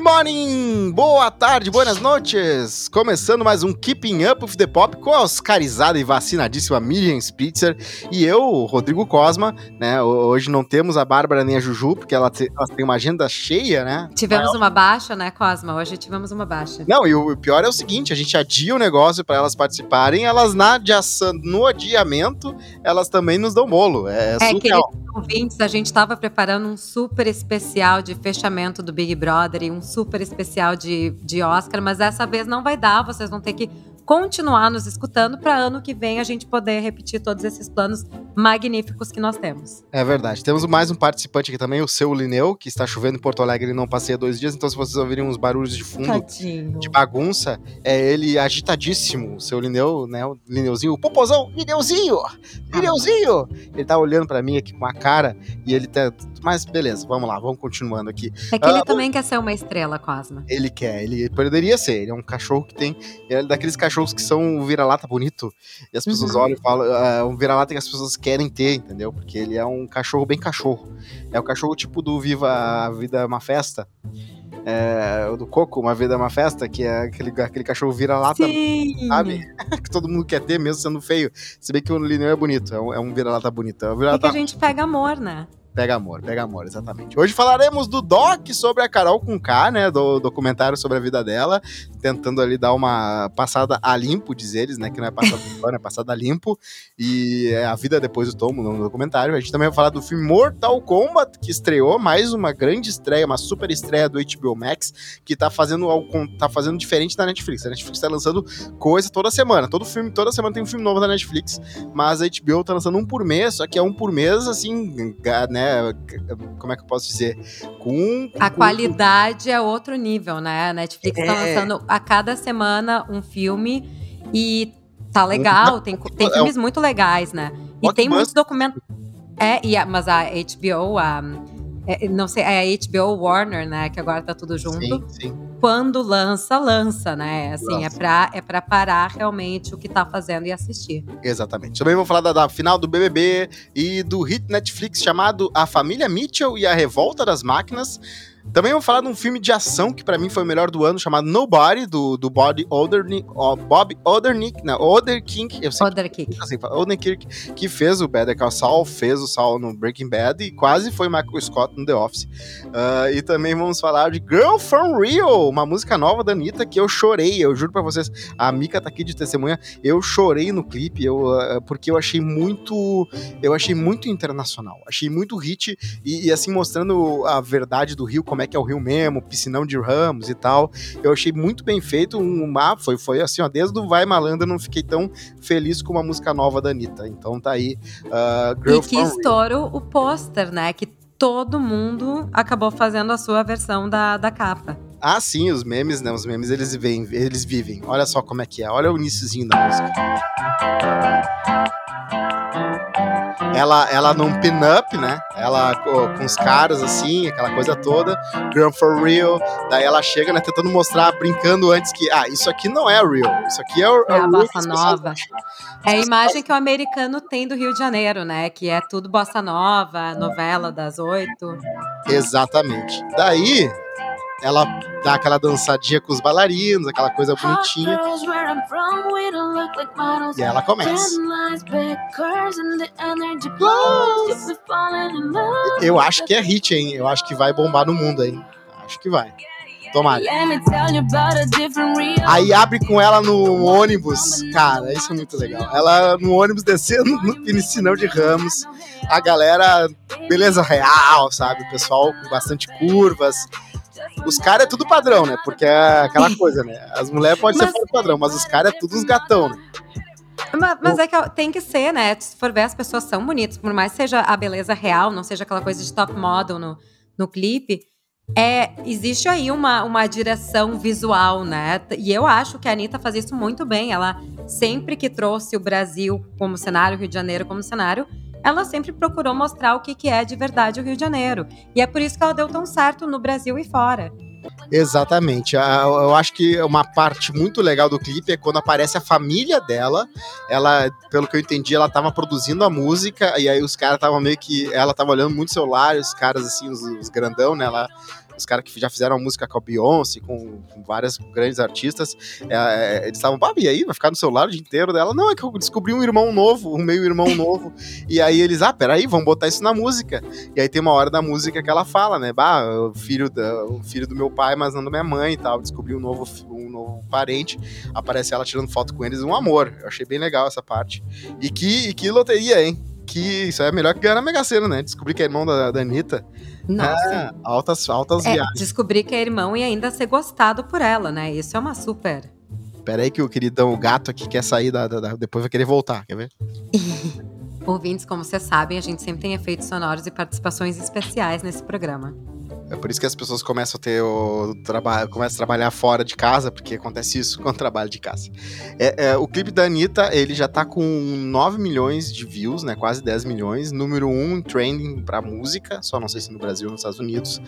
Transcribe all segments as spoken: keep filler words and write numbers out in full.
morning, boa tarde, buenas noites. Começando mais um Keeping Up with the Pop com a oscarizada e vacinadíssima Miriam Spitzer e eu, Rodrigo Cosma, né? Hoje não temos a Bárbara nem a Juju, porque elas têm uma agenda cheia, né? Tivemos Mas... uma baixa, né, Cosma? Hoje tivemos uma baixa. Não, e o pior é o seguinte, a gente adia o negócio para elas participarem, elas na adiação, no adiamento, elas também nos dão bolo. É, é surreal. Queridos ouvintes, a gente estava preparando um super especial de fechamento do Big Brother e um super especial de, de Oscar, mas dessa vez não vai dar, vocês vão ter que continuar nos escutando para ano que vem a gente poder repetir todos esses planos magníficos que nós temos. É verdade. Temos mais um participante aqui também, o seu Lineu, que está chovendo em Porto Alegre e não passeia dois dias, então se vocês ouvirem uns barulhos de fundo, Tadinho. de bagunça, é ele agitadíssimo, o seu Lineu, né, o Lineuzinho, o popozão, Lineuzinho, Lineuzinho, ele tá olhando pra mim aqui com a cara e ele tá... Mas beleza, vamos lá, vamos continuando aqui. É que ele ah, também o... quer ser uma estrela, Cosma. Ele quer, ele poderia ser, ele é um cachorro que tem, é daqueles cachorros que são um vira-lata bonito, e as pessoas uhum. olham e falam, é um vira-lata que as pessoas querem ter, entendeu? Porque ele é um cachorro bem cachorro. É o cachorro tipo do Viva a Vida é uma Festa, é, do Coco, Uma Vida é uma Festa, que é aquele, aquele cachorro vira-lata, sabe? Que todo mundo quer ter, mesmo sendo feio. Se bem que o Lineu é bonito, é um, é um vira-lata bonito. É um vira-lata... É que a gente pega amor, né? Pega amor, pega amor, exatamente. Hoje falaremos do doc sobre a Carol Conká, né, do documentário sobre a vida dela, tentando ali dar uma passada a limpo, diz eles, né, que não é passada a pano, é passada a limpo, e é a vida depois do tomo no documentário. A gente também vai falar do filme Mortal Kombat, que estreou, mais uma grande estreia, uma super estreia do H B O Max, que tá fazendo algo, tá fazendo diferente da Netflix. A Netflix tá lançando coisa toda semana, todo filme, toda semana tem um filme novo da Netflix, mas a H B O tá lançando um por mês, só que é um por mês, assim, né, como é que eu posso dizer? Com, com a qualidade é outro nível, né? A Netflix é. tá lançando a cada semana um filme e tá legal, tem, tem é filmes um... muito legais, né? E What tem muitos documentos. É, e a, mas a H B O, a, é, não sei, é a H B O Warner, né? Que agora tá tudo junto. Sim, sim. Quando lança, lança, né? Assim, é pra, é pra parar realmente o que tá fazendo e assistir. Exatamente. Também vou falar da, da final do B B B e do hit Netflix chamado A Família Mitchell e a Revolta das Máquinas. Também vou falar de um filme de ação que pra mim foi o melhor do ano, chamado Nobody, do, do Bob Odenkirk, oh, Bob Odenkirk, não, Odenkirk, eu sei Odenkirk. Assim, Odenkirk, que fez o Better Call Saul, fez o Saul no Breaking Bad e quase foi Michael Scott no The Office. Uh, e também vamos falar de Girl From Rio, uma música nova da Anitta que eu chorei, eu juro pra vocês, a Mika tá aqui de testemunha, eu chorei no clipe, eu, uh, porque eu achei muito, eu achei muito internacional, achei muito hit e, e assim, mostrando a verdade do Rio, como é que é o Rio mesmo, piscinão de Ramos e tal. Eu achei muito bem feito. Um, ah, foi, foi assim, ó, desde o Vai Malandra eu não fiquei tão feliz com uma música nova da Anitta. Então tá aí. Uh, Girl e que estouro o pôster, né? Que todo mundo acabou fazendo a sua versão da, da capa. Ah, sim, os memes, né? Os memes eles vivem, eles vivem. Olha só como é que é. Olha o iniciozinho da música. Ela, ela num pin-up, né? Ela com, com os caras assim, aquela coisa toda. Girl for real. Daí ela chega, né? Tentando mostrar, brincando antes que, ah, isso aqui não é real. Isso aqui é o é a bossa nova. É a imagem que o americano tem do Rio de Janeiro, né? Que é tudo bossa nova, novela das oito. Exatamente. Daí ela dá aquela dançadinha com os bailarinos, aquela coisa bonitinha. E ela começa. Eu acho que é hit, hein? Eu acho que vai bombar no mundo, hein? Acho que vai. Tomara. Aí abre com ela no ônibus. Cara, isso é muito legal. Ela no ônibus descendo no piscinão de Ramos. A galera, beleza real, sabe? O pessoal com bastante curvas. Os caras é tudo padrão, né? Porque é aquela coisa, né? As mulheres podem mas... ser fora do padrão, mas os caras é tudo uns gatão, né? Mas, mas é que tem que ser, né? Se for ver, as pessoas são bonitas. Por mais que seja a beleza real, não seja aquela coisa de top model no, no clipe, é, existe aí uma, uma direção visual, né? E eu acho que a Anitta faz isso muito bem. Ela sempre que trouxe o Brasil como cenário, o Rio de Janeiro como cenário, ela sempre procurou mostrar o que, que é de verdade o Rio de Janeiro. E é por isso que ela deu tão certo no Brasil e fora. Exatamente. Eu acho que uma parte muito legal do clipe é quando aparece a família dela. Ela, pelo que eu entendi, ela tava produzindo a música e aí os caras estavam meio que... Ela tava olhando muito o celular, os caras assim, os, os grandão, né? Ela, os caras que já fizeram a música com a Beyoncé, com, com várias grandes artistas, é, é, eles estavam, ah, e aí, vai ficar no celular o dia inteiro dela? Não, é que eu descobri um irmão novo, um meio-irmão novo, e aí eles, ah, peraí, vamos botar isso na música. E aí tem uma hora da música que ela fala, né, bah, o filho, da, o filho do meu pai, mas não da minha mãe e tal, descobri um novo, um novo parente, aparece ela tirando foto com eles, um amor. Eu achei bem legal essa parte. E que, e que loteria, hein? Que isso é melhor que ganhar na Mega Sena, né? Descobrir que é irmão da, da Anitta. Nossa. Ah, altas, altas é, viagens. Descobrir que é irmão e ainda ser gostado por ela, né? Isso é uma super... Pera aí que o queridão, o gato aqui quer sair, da, da, da depois vai querer voltar, quer ver? Ouvintes, como vocês sabem, a gente sempre tem efeitos sonoros e participações especiais nesse programa. É por isso que as pessoas começam a ter o trabalho, começam a trabalhar fora de casa, porque acontece isso com o trabalho de casa. É, é, o clipe da Anitta, ele já tá com nove milhões de views, né? Quase dez milhões. Número um em trending pra música, só não sei se no Brasil ou nos Estados Unidos.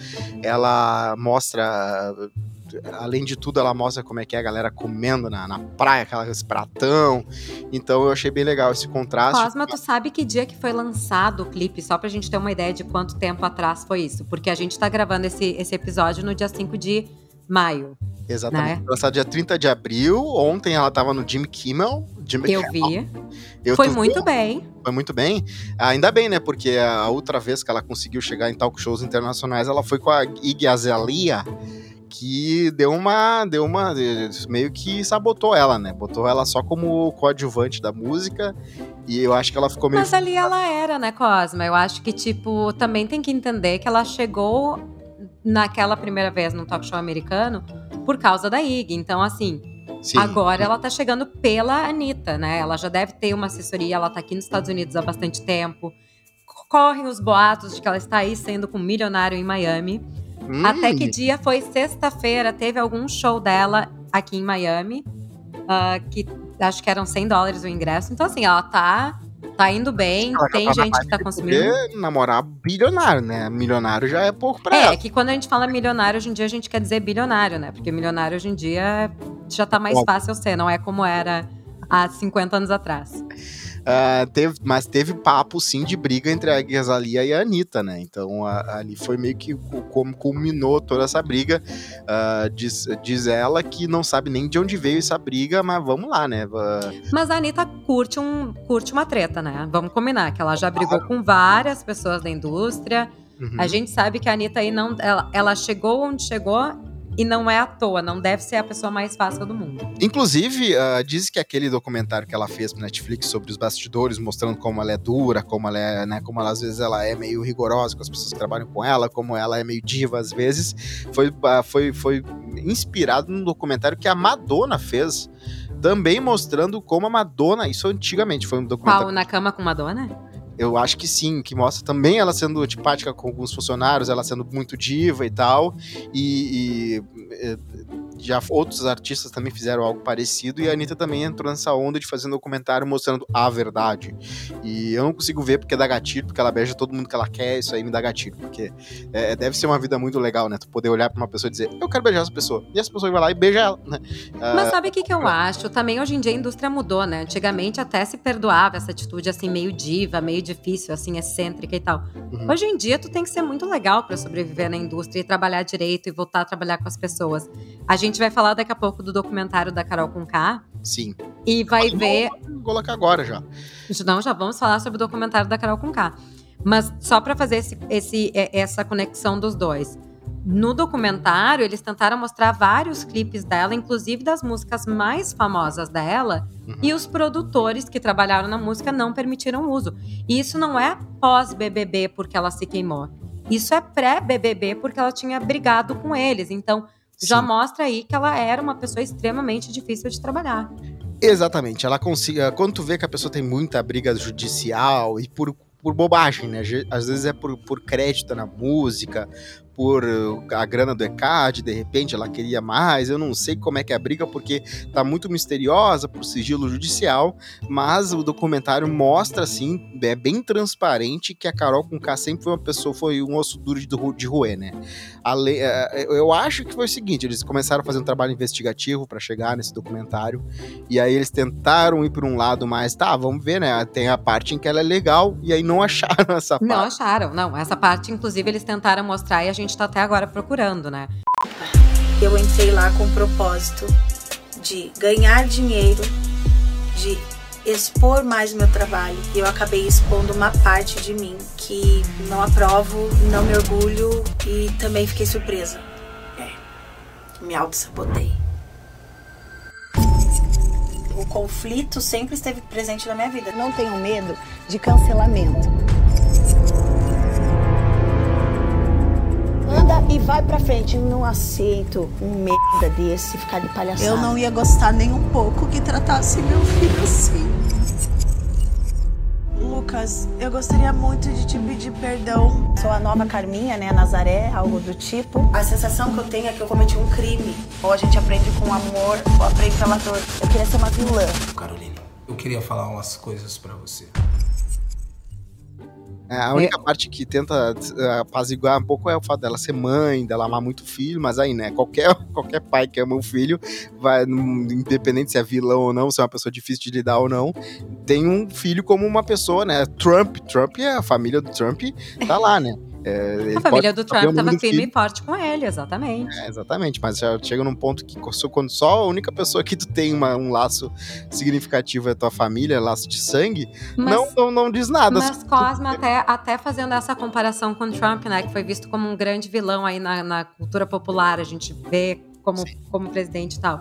Ela mostra... Além de tudo, ela mostra como é que é a galera comendo na, na praia, aquelas pratão. Então eu achei bem legal esse contraste. Cosma, tu sabe que dia que foi lançado o clipe? Só pra gente ter uma ideia de quanto tempo atrás foi isso. Porque a gente tá gravando esse, esse episódio no dia cinco de maio. Exatamente. Né? Lançado dia trinta de abril. Ontem ela tava no Jimmy Kimmel. Jimmy eu Kimmel. vi. Eu foi tô... muito bem. Foi muito bem. Ainda bem, né? Porque a outra vez que ela conseguiu chegar em talk shows internacionais, ela foi com a Iggy Azalea, que deu uma, deu uma, meio que sabotou ela, né? Botou ela só como coadjuvante da música e eu acho que ela ficou meio... Mas ali ela era, né, Cosma? Eu acho que, tipo, também tem que entender que ela chegou naquela primeira vez num talk show americano por causa da Iggy. Então, assim, sim, agora ela tá chegando pela Anitta, né? Ela já deve ter uma assessoria, ela tá aqui nos Estados Unidos há bastante tempo. Correm os boatos de que ela está aí sendo com um milionário em Miami. Hum. Até que dia foi sexta-feira, teve algum show dela aqui em Miami, uh, que acho que eram cem dólares o ingresso. Então, assim, ela tá, tá indo bem, ela tem gente que tá consumindo. Namorar bilionário, né? Milionário já é pouco pra é, ela. É, que quando a gente fala milionário, hoje em dia a gente quer dizer bilionário, né? Porque milionário hoje em dia já tá mais Bom. fácil ser, não é como era há cinquenta anos atrás. Uh, teve, mas teve papo, sim, de briga entre a Iggy Azalea e a Anitta, né? Então, a, ali foi meio que como culminou toda essa briga. Uh, diz, diz ela que não sabe nem de onde veio essa briga, mas vamos lá, né? Uh... Mas a Anitta curte, um, curte uma treta, né? Vamos combinar, que ela já brigou com várias pessoas da indústria. Uhum. A gente sabe que a Anitta aí não... Ela, ela chegou onde chegou... E não é à toa, não deve ser a pessoa mais fácil do mundo. Inclusive, uh, diz que aquele documentário que ela fez pro Netflix sobre os bastidores, mostrando como ela é dura, como ela é, né, como ela, às vezes ela é meio rigorosa com as pessoas que trabalham com ela, como ela é meio diva às vezes, foi, uh, foi, foi inspirado num documentário que a Madonna fez, também mostrando como a Madonna, isso antigamente foi um documentário... Qual, Na Cama com Madonna? Eu acho que sim, que mostra também ela sendo antipática com alguns funcionários, ela sendo muito diva e tal, e, e já outros artistas também fizeram algo parecido, e a Anitta também entrou nessa onda de fazer um documentário mostrando a verdade. E eu não consigo ver porque dá gatilho, porque ela beija todo mundo que ela quer, isso aí me dá gatilho, porque é, deve ser uma vida muito legal, né? Tu poder olhar pra uma pessoa e dizer, eu quero beijar essa pessoa, e essa pessoa vai lá e beija ela, né? Mas sabe o que que eu acho? Também hoje em dia a indústria mudou, né? Antigamente até se perdoava essa atitude assim, meio diva, meio difícil, assim, excêntrica e tal. Uhum. Hoje em dia tu tem que ser muito legal pra sobreviver na indústria e trabalhar direito e voltar a trabalhar com as pessoas. A gente vai falar daqui a pouco do documentário da Carol Conká. Sim. E vai Mas ver... Vou colocar agora já. Não, já vamos falar sobre o documentário da Carol Conká. Mas só pra fazer esse, esse, essa conexão dos dois. No documentário, eles tentaram mostrar vários clipes dela, inclusive das músicas mais famosas dela, uhum. E os produtores que trabalharam na música não permitiram o uso. E isso não é pós-B B B porque ela se queimou. Isso é pré-B B B porque ela tinha brigado com eles. Então, Sim. já mostra aí que ela era uma pessoa extremamente difícil de trabalhar. Exatamente. Ela consiga, quando tu vê que a pessoa tem muita briga judicial e por, por bobagem, né? Às vezes é por, por crédito na música, por a grana do E C A D, de repente ela queria mais, eu não sei como é que é a briga, porque tá muito misteriosa por sigilo judicial, mas o documentário mostra, assim, é bem transparente que a Carol Conká sempre foi uma pessoa, foi um osso duro de, de roer, né? Ale, eu acho que foi o seguinte, eles começaram a fazer um trabalho investigativo para chegar nesse documentário, e aí eles tentaram ir por um lado mais, tá, vamos ver, né, tem a parte em que ela é legal, e aí não acharam essa parte. Não acharam, não, essa parte, inclusive, eles tentaram mostrar, e a gente gente tá até agora procurando, né? Eu entrei lá com o propósito de ganhar dinheiro, de expor mais meu trabalho. E eu acabei expondo uma parte de mim que não aprovo, não me orgulho e também fiquei surpresa. É, me auto-sabotei. O conflito sempre esteve presente na minha vida. Não tenho medo de cancelamento. Anda e vai pra frente. Não aceito um merda desse ficar de palhaçada. Eu não ia gostar nem um pouco que tratasse meu filho assim. Lucas, eu gostaria muito de te pedir perdão. Sou a nova Carminha, né? Nazaré, algo do tipo. A sensação que eu tenho é que eu cometi um crime. Ou a gente aprende com amor, ou aprende pela dor. Eu queria ser uma vilã. Caroline, eu queria falar umas coisas pra você. É, a única é. parte que tenta apaziguar um pouco é o fato dela ser mãe, dela amar muito o filho, mas aí, né, qualquer, qualquer pai que ama o filho, vai, independente se é vilão ou não, se é uma pessoa difícil de lidar ou não, tem um filho como uma pessoa, né, Trump, Trump é a família do Trump, tá lá, né. É, a família do Trump estava firme e forte com ele, exatamente. É, exatamente, mas já chega num ponto que quando só a única pessoa que tu tem uma, um laço significativo é a tua família, laço de sangue, mas, não, não, não diz nada. Mas Cosma, até, até fazendo essa comparação com Trump, né, que foi visto como um grande vilão aí na, na cultura popular, a gente vê como, como presidente e tal.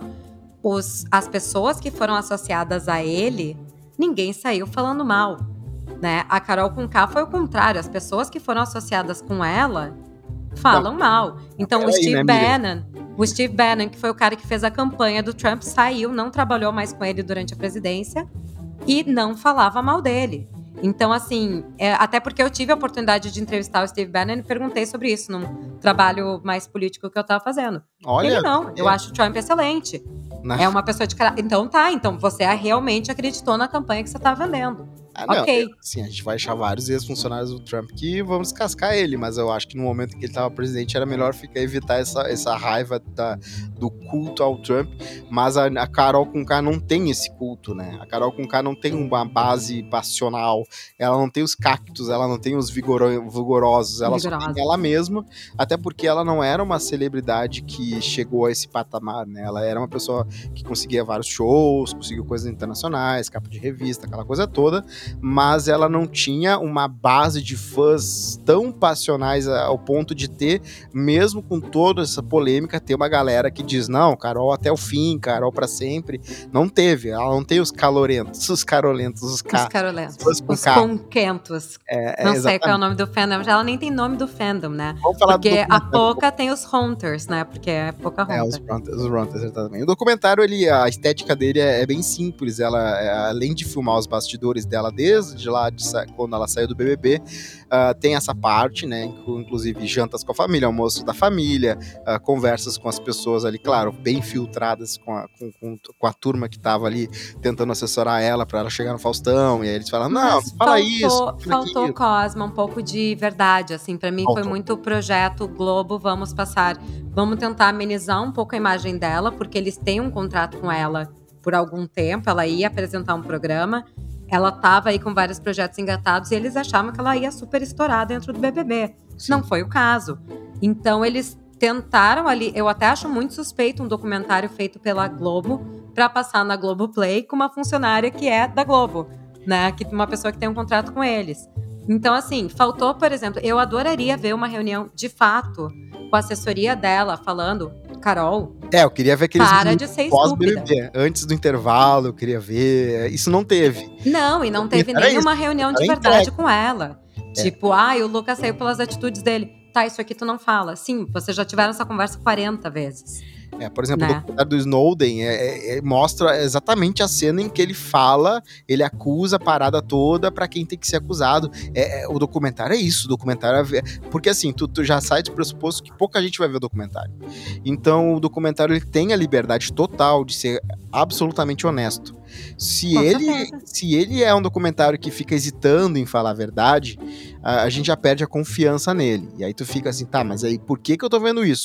Os, as pessoas que foram associadas a ele, ninguém saiu falando mal. Né? A Carol Conká foi o contrário. As pessoas que foram associadas com ela falam não, mal. Então o Steve aí, né, Bannon, o Steve Bannon, que foi o cara que fez a campanha do Trump, saiu, não trabalhou mais com ele durante a presidência e não falava mal dele. Então, assim, é, até porque eu tive a oportunidade de entrevistar o Steve Bannon e perguntei sobre isso num trabalho mais político que eu tava fazendo. Olha, ele não, é. eu acho o Trump excelente. Não. É uma pessoa de caráter. Então tá, então você realmente acreditou na campanha que você tá vendendo. Ah, não, ok. É, assim, a gente vai achar vários ex-funcionários do Trump que vão descascar ele, mas eu acho que no momento em que ele estava presidente era melhor ficar, evitar essa, essa raiva da, do culto ao Trump, mas a, a Carol Conká não tem esse culto, né? A Carol Conká não tem uma base passional, ela não tem os cactos, ela não tem os vigoro, vigorosos, ela Vigorosa. só tem ela mesma, até porque ela não era uma celebridade que chegou a esse patamar, né? Ela era uma pessoa que conseguia vários shows, conseguiu coisas internacionais, capa de revista, aquela coisa toda, mas ela não tinha uma base de fãs tão passionais ao ponto de ter, mesmo com toda essa polêmica, ter uma galera que diz, não, Carol até o fim, Carol pra sempre. Não teve, ela não tem os calorentos, os carolentos, os, ca... os carolentos, os, os conquentos. É, é, não exatamente. sei qual é o nome do fandom, ela nem tem nome do fandom, né? Vamos falar porque do a Poca tem os Hunters, né? Porque é Poca Hunter. É, os Hunters, os Hunters, exatamente. O documentário, ele, a estética dele é, é bem simples, ela, é, além de filmar os bastidores dela desde lá, de, quando ela saiu do B B B, uh, tem essa parte, né, inclusive jantas com a família, almoço da família, uh, conversas com as pessoas ali, claro, bem filtradas com a, com, com, com a turma que tava ali tentando assessorar ela pra ela chegar no Faustão, e aí eles falam, não, Mas não fala faltou, isso. Não faltou, aquilo. Cosma, um pouco de verdade, assim, pra mim Faltou. Foi muito projeto Globo, vamos passar, vamos tentar amenizar um pouco a imagem dela, porque eles têm um contrato com ela por algum tempo, ela ia apresentar um programa, ela tava aí com vários projetos engatados e eles achavam que ela ia super estourar dentro do B B B. Sim. Não foi o caso. Então eles tentaram ali, eu até acho muito suspeito um documentário feito pela Globo para passar na Globoplay com uma funcionária que é da Globo, né? Que uma pessoa que tem um contrato com eles. Então, assim, faltou, por exemplo, eu adoraria ver uma reunião de fato com a assessoria dela falando, Carol, é, eu queria ver aqueles para de ser estúpida. Antes do intervalo, eu queria ver. Isso não teve. Não, e não teve nenhuma reunião de verdade com ela. É. Tipo, ah, o Lucas saiu pelas atitudes dele. Tá, isso aqui tu não fala. Sim, vocês já tiveram essa conversa quarenta vezes. É, por exemplo, né? O documentário do Snowden é, é, mostra exatamente a cena em que ele fala, ele acusa a parada toda pra quem tem que ser acusado. É, é, o documentário é isso, o documentário é, porque assim, tu, tu já sai do pressuposto que pouca gente vai ver o documentário. Então o documentário ele tem a liberdade total de ser absolutamente honesto. Se ele, se ele é um documentário que fica hesitando em falar a verdade, a, a gente já perde a confiança nele. E aí tu fica assim, tá, mas aí por que que eu tô vendo isso?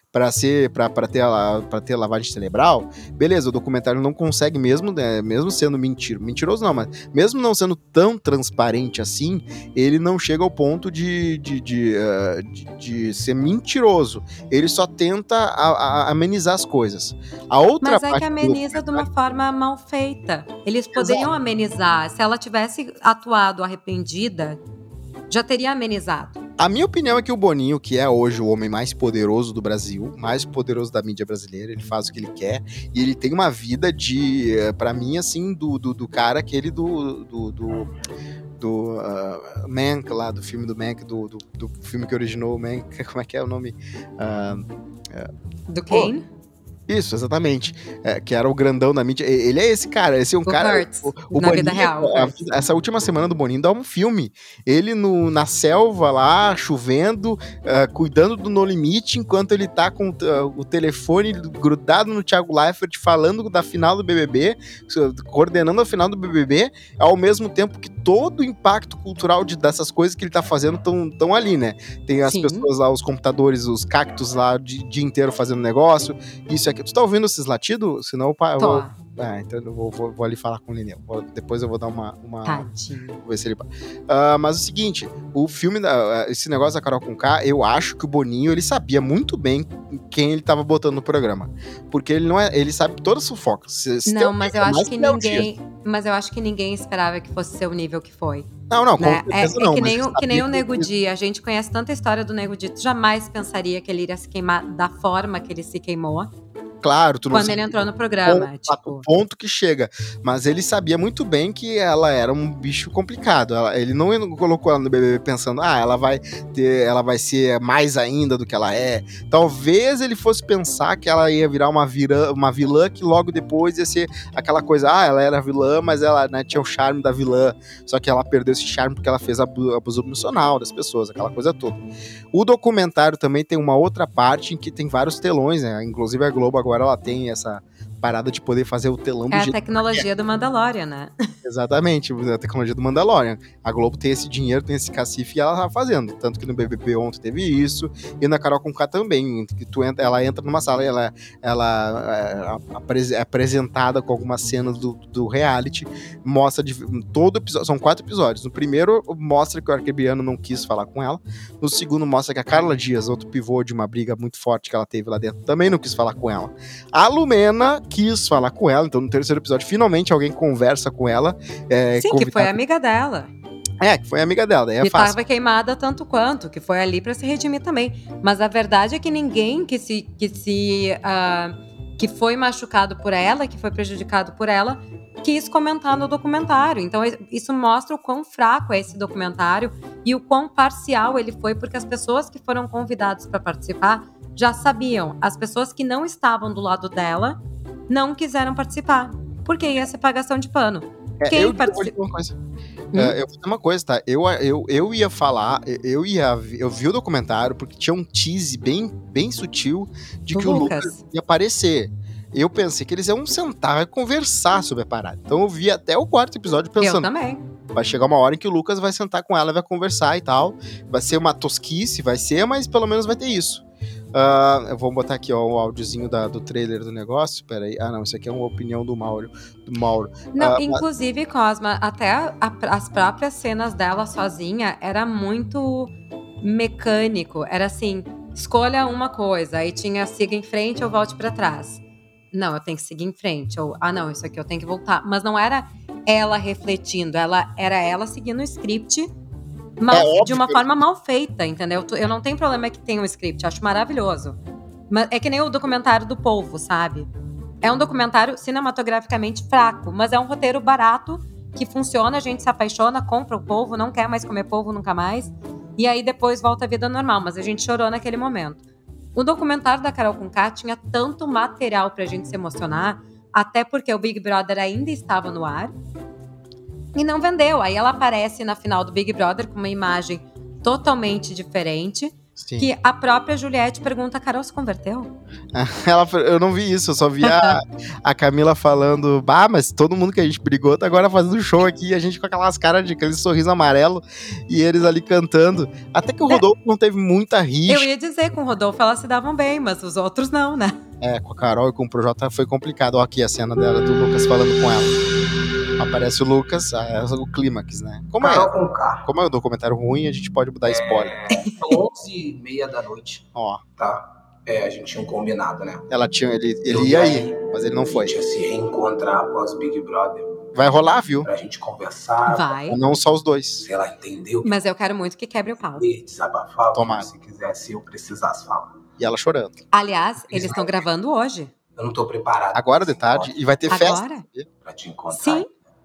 pra ser, pra, pra ter, a, pra ter lavagem cerebral, beleza, o documentário não consegue mesmo, né, mesmo sendo mentiro, mentiroso não, mas mesmo não sendo tão transparente assim, ele não chega ao ponto de, de, de, uh, de, de ser mentiroso. Ele só tenta a, a, amenizar as coisas. A outra Mas é parte que ameniza de uma forma mal feita. Eles poderiam Exato. amenizar. Se ela tivesse atuado arrependida, já teria amenizado. A minha opinião é que o Boninho, que é hoje o homem mais poderoso do Brasil, mais poderoso da mídia brasileira, ele faz o que ele quer, e ele tem uma vida de, pra mim, assim, do, do, do cara aquele do... do, do do uh, Mank lá, do filme do Mank, do, do, do filme que originou o Mank, como é que é o nome? Uh, uh, Do Kane? Oh. Isso, exatamente. É, que era o grandão da mídia. Ele é esse cara, esse é um o cara... Hurt, o, o na Boninho, vida real. A, essa última semana do Boninho dá um filme. Ele no, na selva lá, chovendo, uh, cuidando do No Limite, enquanto ele tá com uh, o telefone grudado no Thiago Leifert, falando da final do B B B, coordenando a final do B B B, ao mesmo tempo que todo o impacto cultural de, dessas coisas que ele tá fazendo estão ali, né? Tem as Sim. pessoas lá, os computadores, os cactos lá, o dia inteiro fazendo negócio, isso aqui. Tu tá ouvindo esses latidos? Senão eu Tô. vou... Ah, então eu vou, vou, vou ali falar com o Lineu. Depois eu vou dar uma... uma... Tadinho. Vou ver se ele... Uh, mas é o seguinte, o filme, da, esse negócio da Carol Conká, eu acho que o Boninho, ele sabia muito bem quem ele tava botando no programa. Porque ele não é... Ele sabe todas as fofocas. Se, se Não, mas eu acho que Léo ninguém... Dias. Mas eu acho que ninguém esperava que fosse ser o nível que foi. Não, não, com Né? É, certeza é não. que, mas nem ele o, que nem o sabia Nego Di. A gente conhece tanta história do Nego Di. Tu jamais pensaria que ele iria se queimar da forma que ele se queimou Claro, tu não quando sabe ele entrou no programa. ponto, tipo... o ponto que chega. Mas ele sabia muito bem que ela era um bicho complicado. Ela, ele não colocou ela no B B B pensando, ah, ela vai ter, ela vai ser mais ainda do que ela é. Talvez ele fosse pensar que ela ia virar uma, vira, uma vilã que logo depois ia ser aquela coisa, ah, ela era vilã, mas ela, né, tinha o charme da vilã. Só que ela perdeu esse charme porque ela fez abuso, abuso emocional das pessoas, aquela coisa toda. O documentário também tem uma outra parte em que tem vários telões, né? Inclusive a Globo agora ela tem essa parada de poder fazer o telão do É a jeito tecnologia do Mandalorian, né? Exatamente, a tecnologia do Mandalorian. A Globo tem esse dinheiro, tem esse cacife e ela tá fazendo. Tanto que no B B B ontem teve isso, e na Carol Conká também. Que tu entra, ela entra numa sala e ela, ela é, é apresentada com algumas cenas do, do reality, mostra de, todo episódio, são quatro episódios. No primeiro, mostra que o arquebiano não quis falar com ela. No segundo, mostra que a Carla Dias, outro pivô de uma briga muito forte que ela teve lá dentro, também não quis falar com ela. A Lumena quis falar com ela, então no terceiro episódio, finalmente alguém conversa com ela. É, Sim, que foi amiga dela. É, que foi amiga dela, daí é que fácil. tava queimada tanto quanto, que foi ali pra se redimir também. Mas a verdade é que ninguém que se que se uh, que foi machucado por ela, que foi prejudicado por ela, quis comentar no documentário. Então isso mostra o quão fraco é esse documentário e o quão parcial ele foi, porque as pessoas que foram convidadas para participar já sabiam. As pessoas que não estavam do lado dela não quiseram participar, porque ia ser pagação de pano. É, Quem eu, participa... eu vou dizer uma coisa. Hum? É, eu vou dizer uma coisa, tá? Eu, eu, eu ia falar, eu ia eu vi o documentário porque tinha um tease bem, bem sutil de que o Lucas. o Lucas ia aparecer. Eu pensei que eles iam sentar e conversar sobre a parada. Então eu vi até o quarto episódio pensando. Eu também. Vai chegar uma hora em que o Lucas vai sentar com ela, vai conversar e tal. Vai ser uma tosquice, vai ser, mas pelo menos vai ter isso. Uh, eu vou botar aqui ó, o áudiozinho da, do trailer do negócio. Pera aí. Ah, não, isso aqui é uma opinião do Mauro. Do Mauro. Não, uh, inclusive, Cosma, até a, as próprias cenas dela sozinha era muito mecânico. Era assim, escolha uma coisa. Aí tinha siga em frente ou volte pra trás. Não, eu tenho que seguir em frente. Ou, ah, não, isso aqui eu tenho que voltar. Mas não era ela refletindo. Ela, era ela seguindo o script. Mal, é de uma que... forma mal feita, entendeu? Eu não tenho problema que tenha um script, acho maravilhoso. Mas é que nem o documentário do Polvo, sabe? É um documentário cinematograficamente fraco, mas é um roteiro barato, que funciona, a gente se apaixona, compra o polvo, não quer mais comer polvo nunca mais, e aí depois volta à vida normal, mas a gente chorou naquele momento. O documentário da Carol Conká tinha tanto material pra gente se emocionar, até porque o Big Brother ainda estava no ar, e não vendeu. Aí ela aparece na final do Big Brother com uma imagem totalmente diferente. Sim. que a própria Juliette pergunta, Carol se converteu? Ela, eu não vi isso, eu só vi a, a Camila falando, bah, mas todo mundo que a gente brigou tá agora fazendo show aqui, e a gente com aquelas caras de aquele sorriso amarelo, e eles ali cantando. Até que o Rodolfo não teve muita rixa. Eu ia dizer, com o Rodolfo elas se davam bem, mas os outros não, né? É, com a Carol e com o Projota foi complicado. Ó, aqui a cena dela, do Lucas falando com ela. Aparece o Lucas, ah, o clímax, né? Como é, Carol Conká. como é um documentário ruim, a gente pode mudar spoiler. É, são onze e meia da noite, Ó, tá? É, a gente tinha um combinado, né? ela tinha, ele, Eu ele ia e aí, mas ele não foi. A gente ia se reencontrar após Big Brother Vai rolar, viu? pra gente conversar, Vai. Não só os dois. sei lá, entender o que Mas eu quero muito que quebre o pau. e desabafar, Tomara. se quisesse, eu precisasse falar. E ela chorando. Aliás, eles estão gravando hoje. Eu não tô preparado. Agora de tarde, e vai ter festa. Agora? Pra te encontrar. Sim.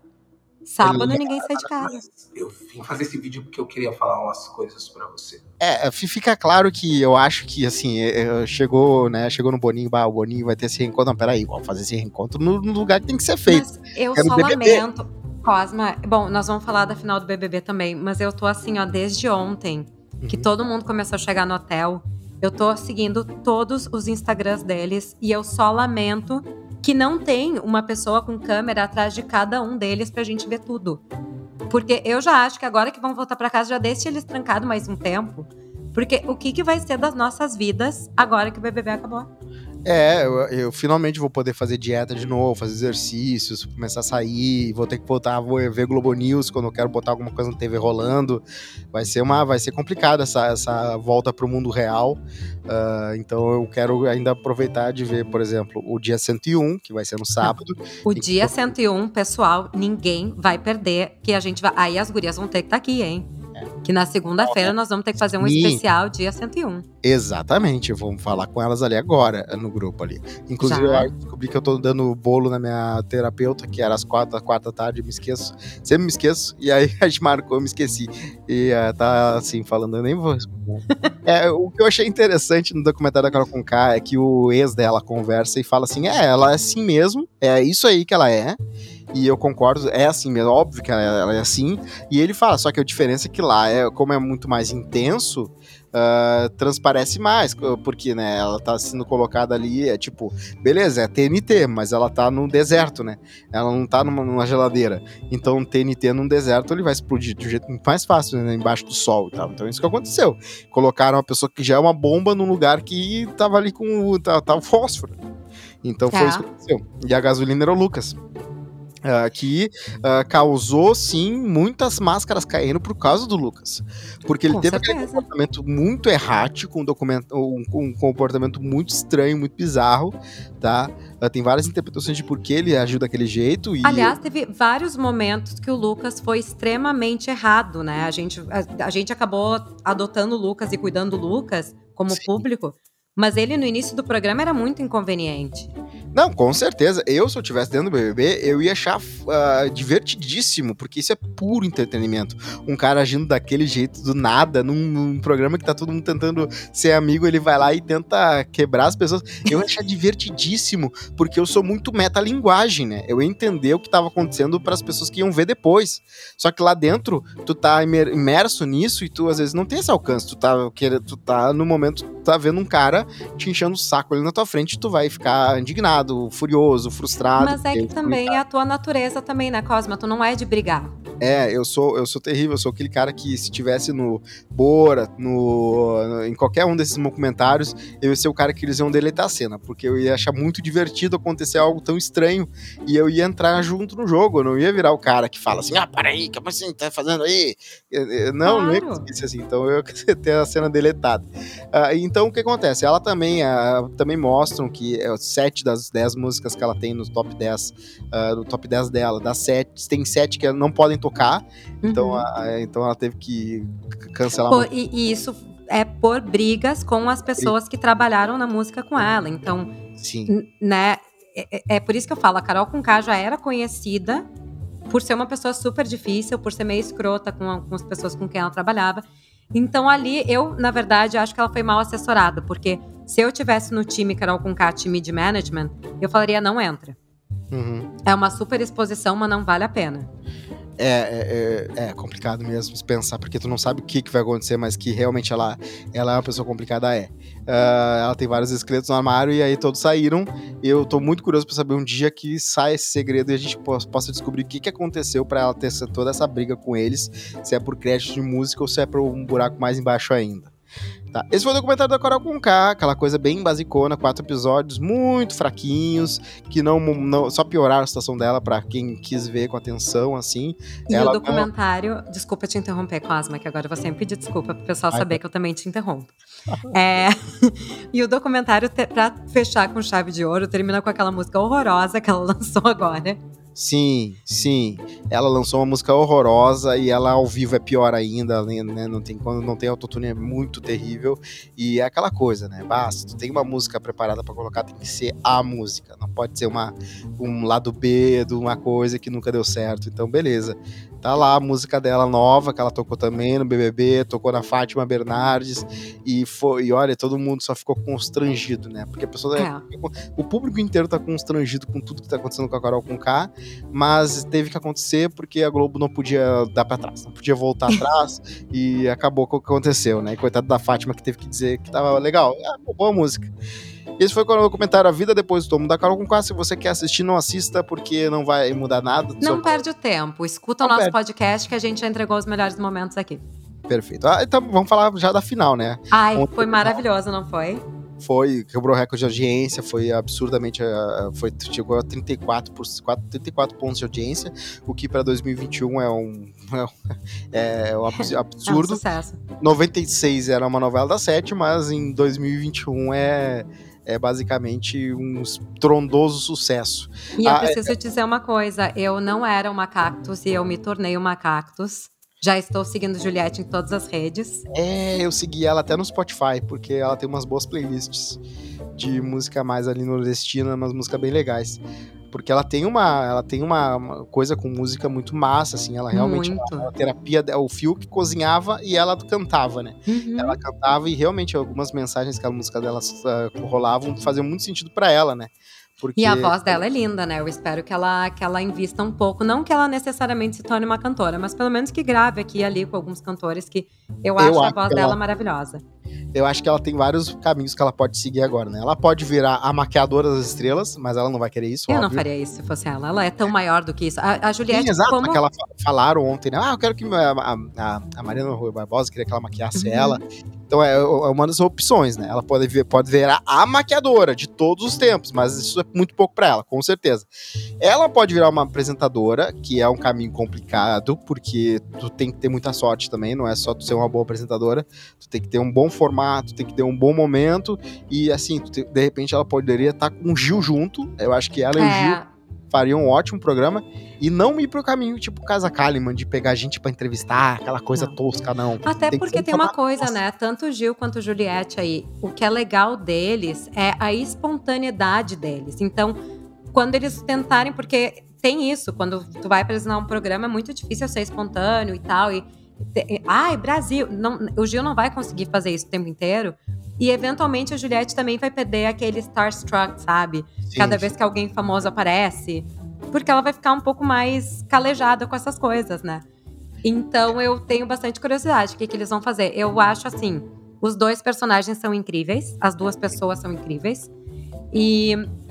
Sábado Ele- ninguém sai de casa. Mas eu vim fazer esse vídeo porque eu queria falar umas coisas pra você. É, fi- fica claro que eu acho que, assim, é, é, chegou, né, chegou no Boninho, bah, o Boninho vai ter esse reencontro. Não, peraí, vamos fazer esse reencontro no, no lugar que tem que ser feito. Mas eu Quero só B B B. lamento, Cosma. Bom, nós vamos falar da final do B B B também, mas eu tô assim, ó, desde ontem, que Uhum. todo mundo começou a chegar no hotel. Eu tô seguindo todos os Instagrams deles e eu só lamento que não tem uma pessoa com câmera atrás de cada um deles pra gente ver tudo. Porque eu já acho que agora que vão voltar pra casa, já deixe eles trancados mais um tempo. Porque o que, que vai ser das nossas vidas agora que o B B B acabou? É, eu, eu finalmente vou poder fazer dieta de novo, fazer exercícios, começar a sair, vou ter que botar, vou ver Globo News quando eu quero botar alguma coisa na T V rolando. Vai ser uma, vai ser complicado essa, essa volta pro mundo real. Ah, então eu quero ainda aproveitar de ver, por exemplo, o dia cento e um, que vai ser no sábado. O E- dia cento e um, pessoal, ninguém vai perder, que a gente vai... Aí as gurias vão ter que estar aqui, hein? Que na segunda-feira nós vamos ter que fazer um Sim. especial dia cento e um. Exatamente, vamos falar com elas ali agora, no grupo ali. Inclusive, Já. eu descobri que eu tô dando bolo na minha terapeuta, que era às quatro, quatro da tarde, me esqueço. Sempre me esqueço, e aí a gente marcou, eu me esqueci. E uh, tá assim, falando, eu nem vou responder. É, o que eu achei interessante no documentário da Carol Conká é que o ex dela conversa e fala assim, é, ela é assim mesmo, é isso aí que ela é. E eu concordo, é assim mesmo, óbvio que ela, ela é assim. E ele fala, só que a diferença é que lá, é, como é muito mais intenso, uh, transparece mais, porque, né, ela tá sendo colocada ali, é tipo, beleza, é T N T, mas ela tá no deserto, né? Ela não tá numa, numa geladeira. Então, T N T num deserto, ele vai explodir de um jeito muito mais fácil, né, embaixo do sol e tal. Então, isso que aconteceu. Colocaram uma pessoa que já é uma bomba num lugar que tava ali com o tá, tá o fósforo. Então, foi Tá. isso que aconteceu. E a gasolina era o Lucas. Uh, que uh, causou, sim, muitas máscaras caindo por causa do Lucas. Porque ele Com teve aquele certeza. comportamento muito errático, um, documento, um, um comportamento muito estranho, muito bizarro, tá? Uh, tem várias interpretações de por que ele agiu daquele jeito. E Aliás, teve vários momentos que o Lucas foi extremamente errado, né? A gente, a, a gente acabou adotando o Lucas e cuidando do Lucas como Sim. público, mas ele no início do programa era muito inconveniente. Não, com certeza. Eu, se eu estivesse dentro do B B B, eu ia achar uh, divertidíssimo, porque isso é puro entretenimento. Um cara agindo daquele jeito, do nada, num, num programa que tá todo mundo tentando ser amigo, ele vai lá e tenta quebrar as pessoas. Eu ia achar divertidíssimo, porque eu sou muito metalinguagem, né? Eu ia entender o que tava acontecendo para as pessoas que iam ver depois. Só que lá dentro, tu tá imer- imerso nisso e tu, às vezes, não tem esse alcance. Tu tá, querendo, tu tá no momento, tu tá vendo um cara te enchendo o saco ali na tua frente, tu vai ficar indignado, furioso, frustrado. Mas é que porque- também é a tua natureza também, né, Cosma? Tu não é de brigar. É, eu sou, eu sou terrível, eu sou aquele cara que se tivesse no Bora, no, no- em qualquer um desses documentários, eu ia ser o cara que eles iam deletar a cena, porque eu ia achar muito divertido acontecer algo tão estranho e eu ia entrar junto no jogo, eu não ia virar o cara que fala assim, ah, para aí, o que você tá fazendo aí? Eu- eu- Não, não ia Claro. conseguir ser assim, então eu ia ter a cena deletada. Ah, então, o que acontece? Ela também, ah, também mostram que é, sete das dez músicas que ela tem no top dez, ah, no top dez dela, das sete, tem sete que não podem tocar, então, Uhum. a- então ela teve que c- cancelar. Pô, muito. e, e isso é por brigas com as pessoas que trabalharam na música com ela. Então, Sim. n- né? É, é- é por isso que eu falo, a Carol Conká já era conhecida por ser uma pessoa super difícil, por ser meio escrota com, a- com as pessoas com quem ela trabalhava. Então ali, eu, na verdade, acho que ela foi mal assessorada, porque se eu tivesse no time Carol Conká, time de management, eu falaria, não entra. Uhum. É uma super exposição, mas não vale a pena. É, é, é, é complicado mesmo pensar, porque tu não sabe o que, que vai acontecer, mas que realmente ela, ela é uma pessoa complicada, é. Uh, ela tem vários esqueletos no armário e aí todos saíram. Eu tô muito curioso pra saber um dia que sai esse segredo e a gente possa descobrir o que, que aconteceu pra ela ter essa, toda essa briga com eles, se é por crédito de música ou se é por um buraco mais embaixo ainda. Tá. Esse foi o documentário da Carol Conká, aquela coisa bem basicona, quatro episódios muito fraquinhos, que não, não só pioraram a situação dela pra quem quis ver com atenção, assim. E ela o documentário... Não... Desculpa te interromper, Cosma, que agora eu vou sempre pedir desculpa pro pessoal Ai, saber tá. que eu também te interrompo. é... E o documentário, pra fechar com chave de ouro, termina com aquela música horrorosa que ela lançou agora. Sim, sim. Ela lançou uma música horrorosa e ela ao vivo é pior ainda, né? Não tem, quando não tem autotune é muito terrível. E é aquela coisa, né? Basta, tu tem uma música preparada pra colocar, tem que ser a música. Não pode ser uma, um lado B de uma coisa que nunca deu certo. Então, beleza. Tá lá a música dela nova, que ela tocou também no B B B, tocou na Fátima Bernardes, e foi, e olha, todo mundo só ficou constrangido, né? Porque a pessoa, é. o público inteiro tá constrangido com tudo que tá acontecendo com a Carol Conká, mas teve que acontecer porque a Globo não podia dar pra trás, não podia voltar atrás, e acabou com o que aconteceu, né? E coitado da Fátima que teve que dizer que tava legal, é boa música. Esse foi o comentário A Vida Depois do Tomo da Carol Conká. Se você quer assistir, não assista, porque não vai mudar nada. Não só... perde o tempo. Escuta não o nosso perde. podcast que a gente já entregou os melhores momentos aqui. Perfeito. Ah, então vamos falar já da final, né? Ai, Ontem, foi maravilhoso, não foi? Foi, quebrou recorde de audiência, foi absurdamente, foi, chegou a trinta e quatro, por, trinta e quatro pontos de audiência, o que para dois mil e vinte e um é um, é um absurdo. É um sucesso. noventa e seis era uma novela das sete, mas em dois mil e vinte e um é... é basicamente um trondoso sucesso. E eu ah, preciso é... dizer uma coisa, eu não era uma cactus e eu me tornei uma cactus. Já estou seguindo Juliette em todas as redes. É, eu segui ela até no Spotify, porque ela tem umas boas playlists de música mais ali nordestina, umas músicas bem legais. Porque ela tem uma, ela tem uma, uma coisa com música muito massa, assim, ela realmente, a, a terapia, o Fiuk cozinhava e ela cantava, né? Uhum. Ela cantava e realmente algumas mensagens que a música dela uh, rolavam faziam muito sentido pra ela, né? Porque... E a voz dela é linda, né? Eu espero que ela, que ela invista um pouco, não que ela necessariamente se torne uma cantora, mas pelo menos que grave aqui e ali com alguns cantores que eu acho, eu acho a voz ela... dela maravilhosa. Eu acho que ela tem vários caminhos que ela pode seguir agora, né? Ela pode virar a maquiadora das estrelas, mas ela não vai querer isso, Eu óbvio. não faria isso se fosse ela. Ela é tão maior do que isso. A, a Juliette, Sim, exato, como... que ela falaram ontem, né? Ah, eu quero que a, a, a Mariana Rui Barbosa queria que ela maquiasse uhum. ela. Então é, é uma das opções, né? Ela pode, ver, pode virar a maquiadora de todos os tempos, mas isso é muito pouco pra ela, com certeza. Ela pode virar uma apresentadora, que é um caminho complicado, porque tu tem que ter muita sorte também, não é só tu ser uma boa apresentadora, tu tem que ter um bom formato, tem que ter um bom momento, e assim, tu te, de repente ela poderia estar com o Gil junto, eu acho que ela e é. o Gil fariam um ótimo programa, e não ir pro caminho tipo Casa Kalimann, de pegar gente pra entrevistar, aquela coisa não. tosca, não. Até tem porque tem uma coisa, nossa. né, tanto o Gil quanto o Juliette aí, o que é legal deles é a espontaneidade deles, então, quando eles tentarem, porque tem isso, quando tu vai apresentar um programa, é muito difícil ser espontâneo e tal, e ai, Brasil, não, o Gil não vai conseguir fazer isso o tempo inteiro. E eventualmente a Juliette também vai perder aquele starstruck, sabe? Sim. Cada vez que alguém famoso aparece. Porque ela vai ficar um pouco mais calejada com essas coisas, né? Então eu tenho bastante curiosidade. O que, que eles vão fazer? Eu acho assim, os dois personagens são incríveis. As duas pessoas são incríveis. E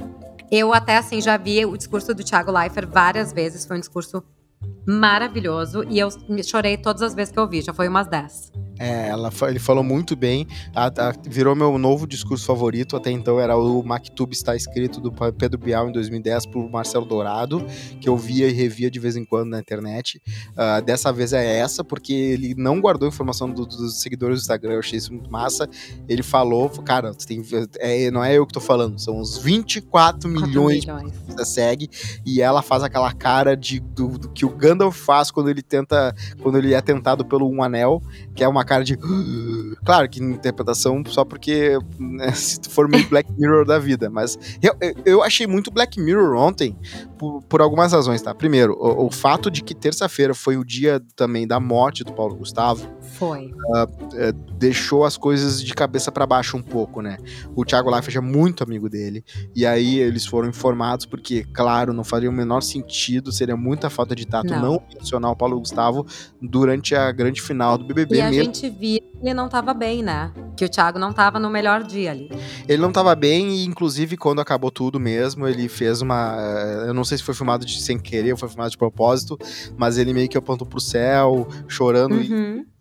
eu até assim já vi o discurso do Thiago Leifert várias vezes. Foi um discurso maravilhoso. E eu chorei todas as vezes que eu vi. Já foi umas dez. É, ela, ele falou muito bem, a, a, virou meu novo discurso favorito, até então era o Maktub Está Escrito, do Pedro Bial, em dois mil e dez, por Marcelo Dourado, que eu via e revia de vez em quando na internet. Uh, dessa vez é essa, porque ele não guardou informação do, dos seguidores do Instagram, eu achei isso muito massa. Ele falou, cara, tem, é, não é eu que tô falando, são uns vinte e quatro milhões que você segue, e ela faz aquela cara de, do, do que o Gandalf faz quando ele tenta, quando ele é tentado pelo Um Anel, que é uma uma cara de... Claro que interpretação só porque, né, se tu for meio Black Mirror da vida, mas eu, eu achei muito Black Mirror ontem por, por algumas razões, tá? Primeiro, o, o fato de que terça-feira foi o dia também da morte do Paulo Gustavo. Foi. Uh, uh, deixou as coisas de cabeça pra baixo um pouco, né? O Thiago Leifert é muito amigo dele, e aí eles foram informados porque, claro, não faria o menor sentido, seria muita falta de tato não, não mencionar o Paulo Gustavo durante a grande final do B B B. E a mesmo. gente via que ele não tava bem, né? Que o Thiago não tava no melhor dia ali. Ele não tava bem e, inclusive, quando acabou tudo mesmo, ele fez uma... Eu não sei se foi filmado de, sem querer ou foi filmado de propósito, mas ele meio que apontou pro céu, chorando Uhum. e...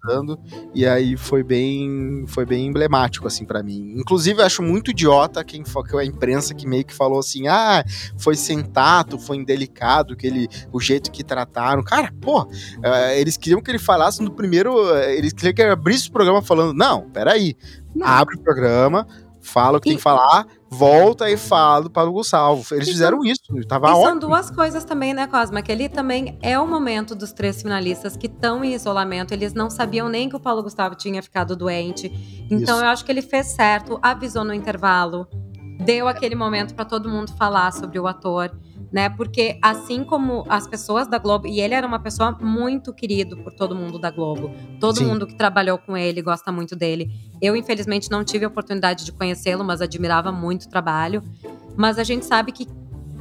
E aí foi bem, foi bem emblemático, assim, pra mim. Inclusive, eu acho muito idiota quem foi a imprensa que meio que falou assim, ah, foi sem tato, foi indelicado, que ele, o jeito que trataram. Cara, pô, uh, eles queriam que ele falasse no primeiro, uh, eles queriam que ele abrisse o programa falando, não, peraí, não. Abre o programa, fala o que e... tem que falar, volta e fala do Paulo Gustavo. Eles e fizeram são, isso, tava e ótimo. São duas coisas também, né, Cosma? Que ele também é o momento dos três finalistas que estão em isolamento. Eles não sabiam nem que o Paulo Gustavo tinha ficado doente. Então isso. Eu acho que ele fez certo, avisou no intervalo, deu aquele momento para todo mundo falar sobre o ator, né? Porque assim como as pessoas da Globo, e ele era uma pessoa muito querido por todo mundo da Globo, todo Sim. mundo que trabalhou com ele gosta muito dele. Eu, infelizmente, não tive a oportunidade de conhecê-lo, mas admirava muito o trabalho. Mas a gente sabe que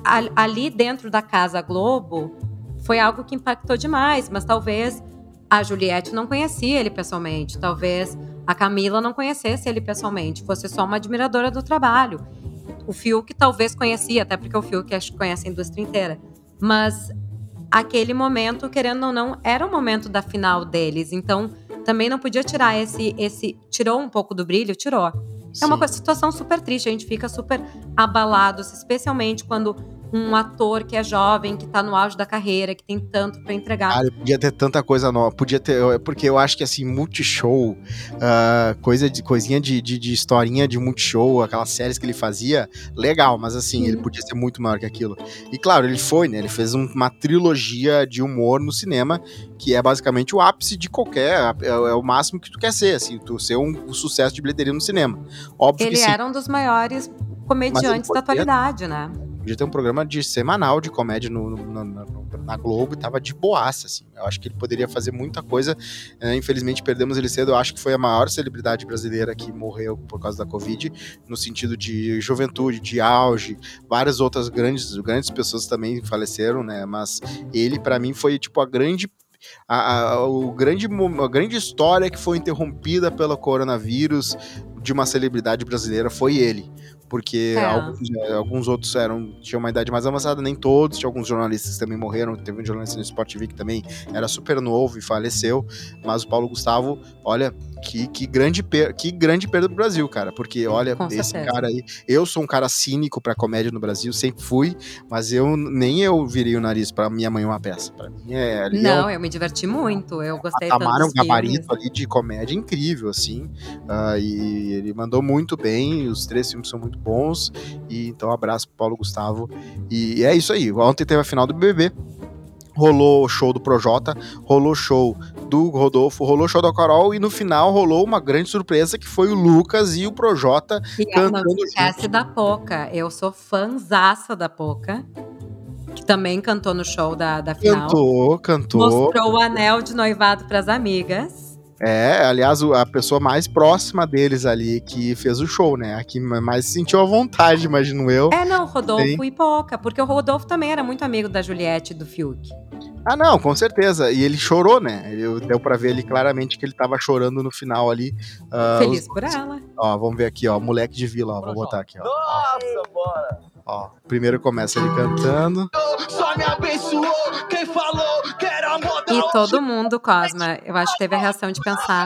ali dentro da Casa Globo foi algo que impactou demais, mas talvez a Juliette não conhecia ele pessoalmente, talvez a Camila não conhecesse ele pessoalmente, fosse só uma admiradora do trabalho. O Fiuk talvez conhecia, até porque o Fiuk acho que conhece a indústria inteira. Mas aquele momento, querendo ou não, era o momento da final deles. Então, também não podia tirar esse... esse tirou um pouco do brilho? Tirou. Sim. É uma situação super triste, a gente fica super abalado, especialmente quando um ator que é jovem, que tá no auge da carreira, que tem tanto pra entregar. Cara, podia ter tanta coisa nova, podia ter, porque eu acho que assim, Multishow, uh, coisa de, coisinha de, de, de historinha de Multishow, aquelas séries que ele fazia, legal, mas assim, Sim. ele podia ser muito maior que aquilo. E claro, ele foi, né, ele fez um, uma trilogia de humor no cinema, que é basicamente o ápice de qualquer, é, é o máximo que tu quer ser, assim, tu ser um, um sucesso de bilheteria no cinema. Óbvio ele que sim. era um dos maiores comediantes da atualidade, né? Podia ter um programa de semanal de comédia no, no, no, na Globo e tava de boaça, assim. Eu acho que ele poderia fazer muita coisa. É, infelizmente, perdemos ele cedo. Eu acho que foi a maior celebridade brasileira que morreu por causa da Covid, no sentido de juventude, de auge. Várias outras grandes, grandes pessoas também faleceram, né? Mas ele, pra mim, foi, tipo, a grande... A, a, o grande, a grande história que foi interrompida pelo coronavírus de uma celebridade brasileira foi ele. Porque é. alguns, alguns outros eram, tinham uma idade mais avançada, nem todos, tinha alguns jornalistas que também morreram, teve um jornalista no Sport T V que também era super novo e faleceu, mas o Paulo Gustavo, olha, que, que, grande, per, que grande perda pro Brasil, cara, porque olha, Com esse certeza. cara aí, eu sou um cara cínico pra comédia no Brasil, sempre fui, mas eu, nem eu virei o nariz pra Minha Mãe Uma Peça, pra mim é... Ali Não, é, eu me diverti muito, eu gostei tanto. Tamara é um gabarito ali de comédia incrível, assim, uh, e ele mandou muito bem, os três filmes são muito bons, e então um abraço pro Paulo Gustavo, e é isso aí, ontem teve a final do B B B, rolou o show do Projota, rolou o show do Rodolfo, rolou o show da Carol, e no final rolou uma grande surpresa, que foi o Lucas e o Projota e cantando não esquece da Poca, eu sou fãzaça da Poca, que também cantou no show da, da final. Cantou, cantou. Mostrou o anel de noivado pras amigas. É, aliás, a pessoa mais próxima deles ali que fez o show, né? A que mais se sentiu à vontade, imagino eu. É, não, Rodolfo Sim. e Poca, porque o Rodolfo também era muito amigo da Juliette e do Fiuk. Ah, não, com certeza. E ele chorou, né? Ele, deu pra ver ali claramente que ele tava chorando no final ali. Uh, Feliz os... por ela. Ó, vamos ver aqui, ó, moleque de vila, ó, vou botar aqui, ó. Nossa, bora! Ó, primeiro começa ele cantando. Só me abençoou, quem falou que era moda. E todo mundo, Cosma, eu acho que teve a reação de pensar: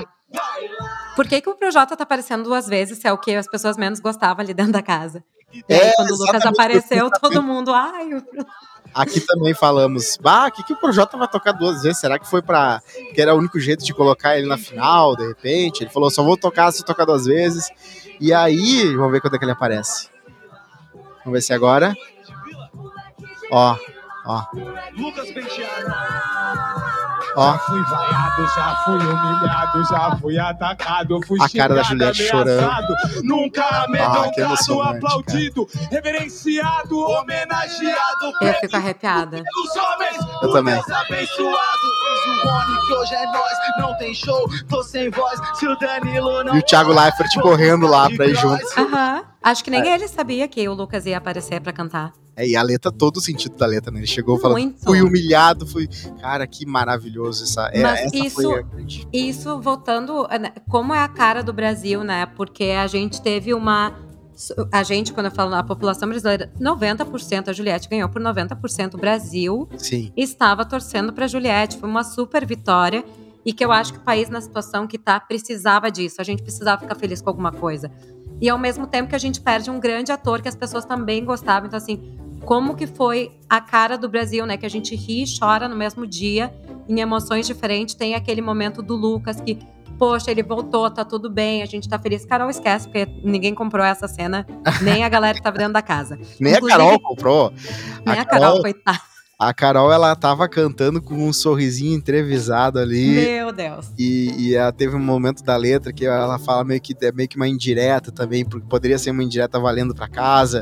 por que que o Projota tá aparecendo duas vezes, se é o que as pessoas menos gostavam ali dentro da casa? E aí, é, quando o Lucas apareceu, todo mundo, ai... O... Aqui também falamos, ah, o que, que o Projota vai tocar duas vezes? Será que foi pra... que era o único jeito de colocar ele na final, de repente? Ele falou, só vou tocar se eu tocar duas vezes. E aí, vamos ver quando é que ele aparece. Vamos ver se agora. Ó, ó. Lucas Penteado. Ó. Já fui vaiado, já fui humilhado, já fui atacado, fui A cara da xingado, Juliette chorando. ameaçado, nunca Ah, que amedrontado, emocionante, aplaudido, reverenciado, homenageado Eu fico arrepiada. pelos homens, Eu por também. Deus abençoado. Fiz o Rony, que hoje é nós, não tem show, tô sem voz, se o Danilo não... E o Thiago Leifert correndo lá pra ir junto. Aham. Acho que nem É. ele sabia que o Lucas ia aparecer pra cantar. É, e a letra, todo o sentido da letra, né? Ele chegou falando, Muito. fui humilhado, fui... Cara, que maravilhoso essa... É, Mas essa isso- foi a grande... Isso voltando, né, como é a cara do Brasil, né? Porque a gente teve uma. A gente, quando eu falo a população brasileira, noventa por cento, a Juliette ganhou por noventa por cento. O Brasil Sim. estava torcendo pra Juliette. Foi uma super vitória. E que eu acho que o país, na situação que tá, precisava disso. A gente precisava ficar feliz com alguma coisa. E ao mesmo tempo que a gente perde um grande ator que as pessoas também gostavam. Então, assim, como que foi a cara do Brasil, né? Que a gente ri e chora no mesmo dia, em emoções diferentes. Tem aquele momento do Lucas que, poxa, ele voltou, tá tudo bem, a gente tá feliz. Carol esquece, porque ninguém comprou essa cena, nem a galera que tava dentro da casa. Nem a Inclusive, Carol comprou. Nem a Carol, coitada. A Carol, ela tava cantando com um sorrisinho entrevistado ali. Meu Deus. E, e ela teve um momento da letra que ela fala meio que é meio que uma indireta também, porque poderia ser uma indireta valendo pra casa.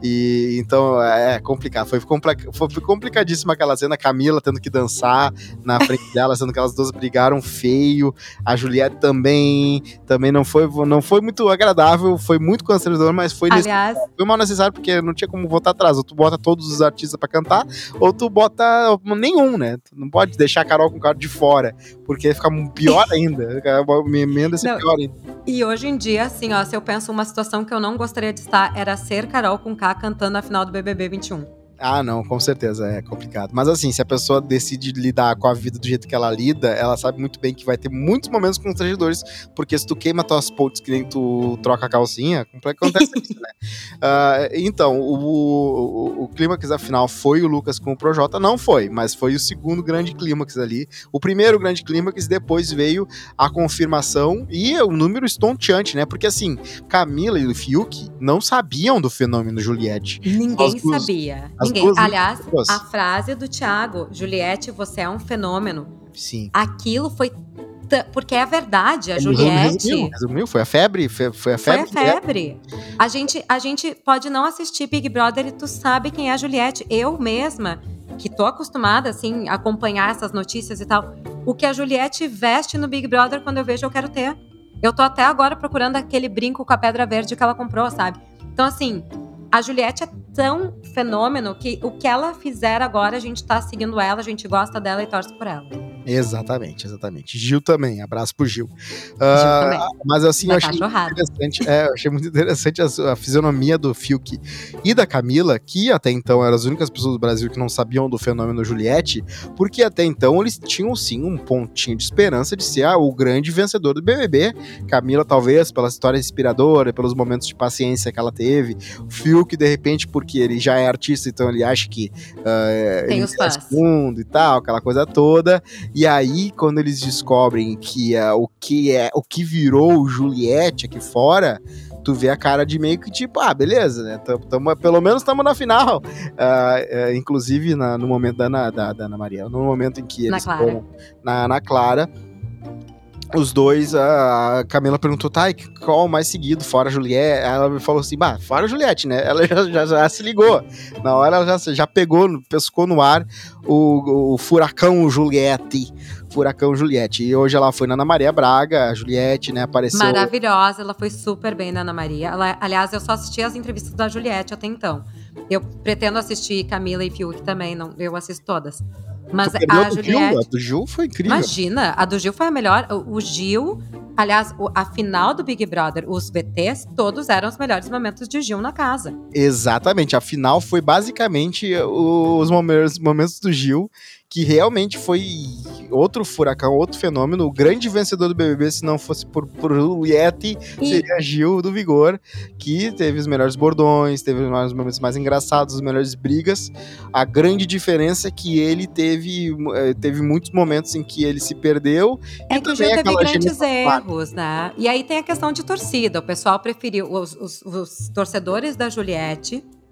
E então é complicado. Foi, compli- foi complicadíssima aquela cena, a Camila tendo que dançar na frente dela, sendo que elas duas brigaram feio. A Juliette também, também não foi, não foi muito agradável, foi muito constrangedor, mas foi, Aliás, foi mal necessário, porque não tinha como voltar atrás. Ou tu bota todos os artistas pra cantar, ou tu bota nenhum, né? Tu não pode deixar a Carol com o cara de fora, porque fica pior ainda. Me emenda ser Não. pior ainda. e hoje em dia, assim, ó, se eu penso uma situação que eu não gostaria de estar, era ser Carol com K cantando a final do B B B vinte e um. Ah, não, com certeza, é complicado. Mas assim, se a pessoa decide lidar com a vida do jeito que ela lida, ela sabe muito bem que vai ter muitos momentos constrangedores, porque se tu queima tuas pontes que nem tu troca a calcinha, acontece isso, né? Ah, então, o, o, o clímax da final foi o Lucas com o Projota? Não foi, mas foi o segundo grande clímax ali. O primeiro grande clímax, depois veio a confirmação e o número estonteante, né? Porque assim, Camila e o Fiuk não sabiam do fenômeno Juliette. Ninguém As duas- sabia. as Ninguém. duas Aliás, pessoas. a frase do Thiago, Juliette, você é um fenômeno. Sim. Aquilo foi. t- Porque é verdade, a Resumiu, Juliette. Resumiu, resumiu, foi a febre? Foi, foi a Foi febre? a febre. A gente, a gente pode não assistir Big Brother e tu sabe quem é a Juliette. Eu mesma, que tô acostumada, assim, a acompanhar essas notícias e tal. O que a Juliette veste no Big Brother, quando eu vejo, eu quero ter. Eu tô até agora procurando aquele brinco com a pedra verde que ela comprou, sabe? Então, assim, a Juliette é tão fenômeno que o que ela fizer agora, a gente tá seguindo ela, a gente gosta dela e torce por ela. Exatamente, exatamente. Gil também, abraço pro Gil. Ah, também. mas assim, Da eu achei muito cachorrada. interessante, é, eu achei muito interessante a, a fisionomia do Fiuk e da Camila, que até então eram as únicas pessoas do Brasil que não sabiam do fenômeno Juliette, porque até então eles tinham sim um pontinho de esperança de ser ah, o grande vencedor do B B B. Camila, talvez, pela história inspiradora, pelos momentos de paciência que ela teve. O Fiuk, de repente, porque ele já é artista, então ele acha que ah, Tem ele os merece fãs. mundo e tal, aquela coisa toda. E aí, quando eles descobrem que é o que é o que virou o Juliette aqui fora, tu vê a cara de meio que tipo, ah, beleza, né? Tamo, tamo- pelo menos estamos na final. Ah, é, inclusive, na- no momento da, Ana- da, da Ana Maria, no momento em que Na eles Clara. foram na, na Clara, os dois, a Camila perguntou, tá, e qual o mais seguido, fora a Juliette? Ela falou assim, bah, fora a Juliette, né? Ela já, já, já se ligou. Na hora ela já, já pegou, pescou no ar o, o furacão Juliette. Furacão Juliette. E hoje ela foi na Ana Maria Braga, a Juliette, né, apareceu... Maravilhosa, ela foi super bem na Ana Maria. Ela- aliás, eu só assisti as entrevistas da Juliette até então. Eu pretendo assistir Camila e Fiuk também, não, eu assisto todas. Mas Tu perdeu a do Gil? Juliette. A do Gil foi incrível. Imagina, a do Gil foi a melhor. O, o Gil, aliás, o- a final do Big Brother, os V Ts, todos eram os melhores momentos de Gil na casa. Exatamente, a final foi basicamente os momentos, momentos do Gil, que realmente foi outro furacão, outro fenômeno, o grande vencedor do B B B, se não fosse por, por Juliette, E- seria Gil do Vigor, que teve os melhores bordões, teve os momentos mais engraçados, as melhores brigas. A grande diferença é que ele teve, eh, teve muitos momentos em que ele se perdeu. É e que o Gil também teve aquela grandes genialidade. erros, né? E aí tem a questão de torcida. O pessoal preferiu, os, os- os torcedores da Juliette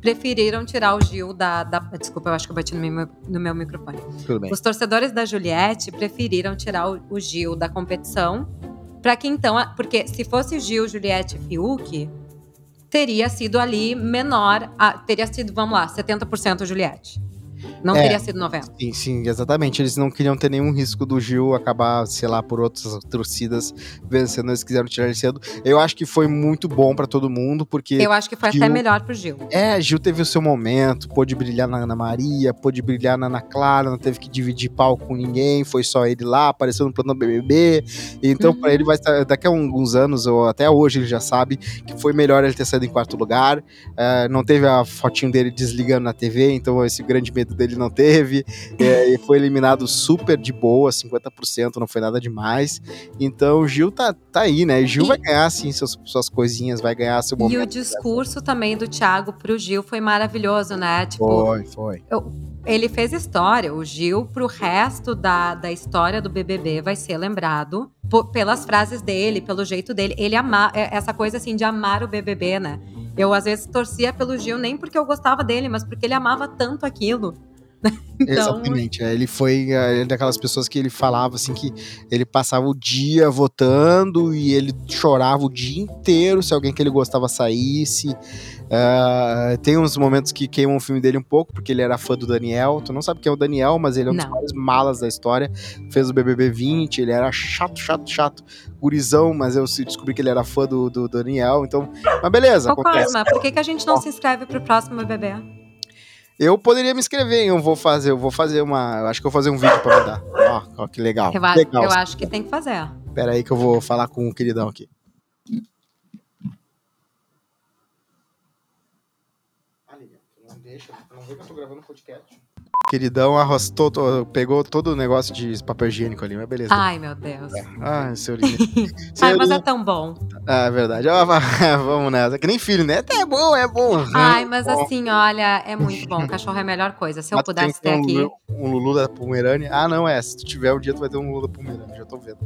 preferiram tirar o Gil da, da... Desculpa, eu acho que eu bati no meu, no meu microfone. Tudo bem. Os torcedores da Juliette preferiram tirar o, o Gil da competição, pra que então... Porque se fosse Gil, Juliette e Fiuk, teria sido ali menor, a, teria sido, vamos lá, setenta por cento Juliette. Não É, teria sido noventa. Sim, sim, exatamente. Eles não queriam ter nenhum risco do Gil acabar, sei lá, por outras torcidas vencendo. Eles quiseram tirar ele cedo. Eu acho que foi muito bom pra todo mundo, porque... Eu acho que foi Gil, até melhor pro Gil. É, Gil teve o seu momento, pôde brilhar na Ana Maria, pôde brilhar na Ana Clara, não teve que dividir palco com ninguém, foi só ele lá, apareceu no plano do B B B. Então, uhum. pra ele, vai estar, daqui a alguns anos, ou até hoje, ele já sabe que foi melhor ele ter saído em quarto lugar. Uh, não teve a fotinho dele desligando na T V, então esse grande medo dele não teve. É, e foi eliminado super de boa, cinquenta por cento, não foi nada demais. Então, o Gil tá, tá aí, né? O Gil e... vai ganhar, sim, seus, suas coisinhas, vai ganhar seu momento. E o discurso também do Thiago pro Gil foi maravilhoso, né? Tipo, foi, foi. Eu, ele fez história. O Gil, pro resto da, da história do B B B, vai ser lembrado por, pelas frases dele, pelo jeito dele. Ele ama essa coisa, assim, de amar o B B B, né? Eu, às vezes, torcia pelo Gil, nem porque eu gostava dele, mas porque ele amava tanto aquilo. Então... Exatamente, ele foi é, daquelas pessoas que ele falava assim que ele passava o dia votando e ele chorava o dia inteiro se alguém que ele gostava saísse. Uh, tem uns momentos que queimam o filme dele um pouco, porque ele era fã do Daniel. Tu não sabe quem é o Daniel, mas ele é um não. dos maiores malas da história. Fez o B B B vinte, ele era chato, chato, chato, gurizão, mas eu descobri que ele era fã do, do Daniel, então, mas beleza. Ô, Cosma, por que, que a gente não oh. se inscreve pro próximo B B B? Eu poderia me inscrever, eu vou fazer, eu vou fazer uma, eu acho que eu vou fazer um vídeo pra mandar. Ó, ó que legal. Eu, a, legal. eu acho que tem que fazer. Pera aí que eu vou falar com o queridão aqui. Ah, Lilian, não deixa, não vê que eu tô gravando um podcast. Queridão arrastou, pegou todo o negócio de papel higiênico ali, mas beleza. Ai, meu Deus. Ai, seu Lilian. Ai, mas é tão bom. Ah, é verdade. Vamos nessa. Que nem filho, né? É bom, é bom. Ai, mas assim, olha, é muito bom. O cachorro é a melhor coisa. Se eu mas pudesse ter um, aqui... Um Lulu da Pomerânia. Ah, não, é. Se tu tiver um dia, tu vai ter um Lulu da Pomerânia. Já tô vendo.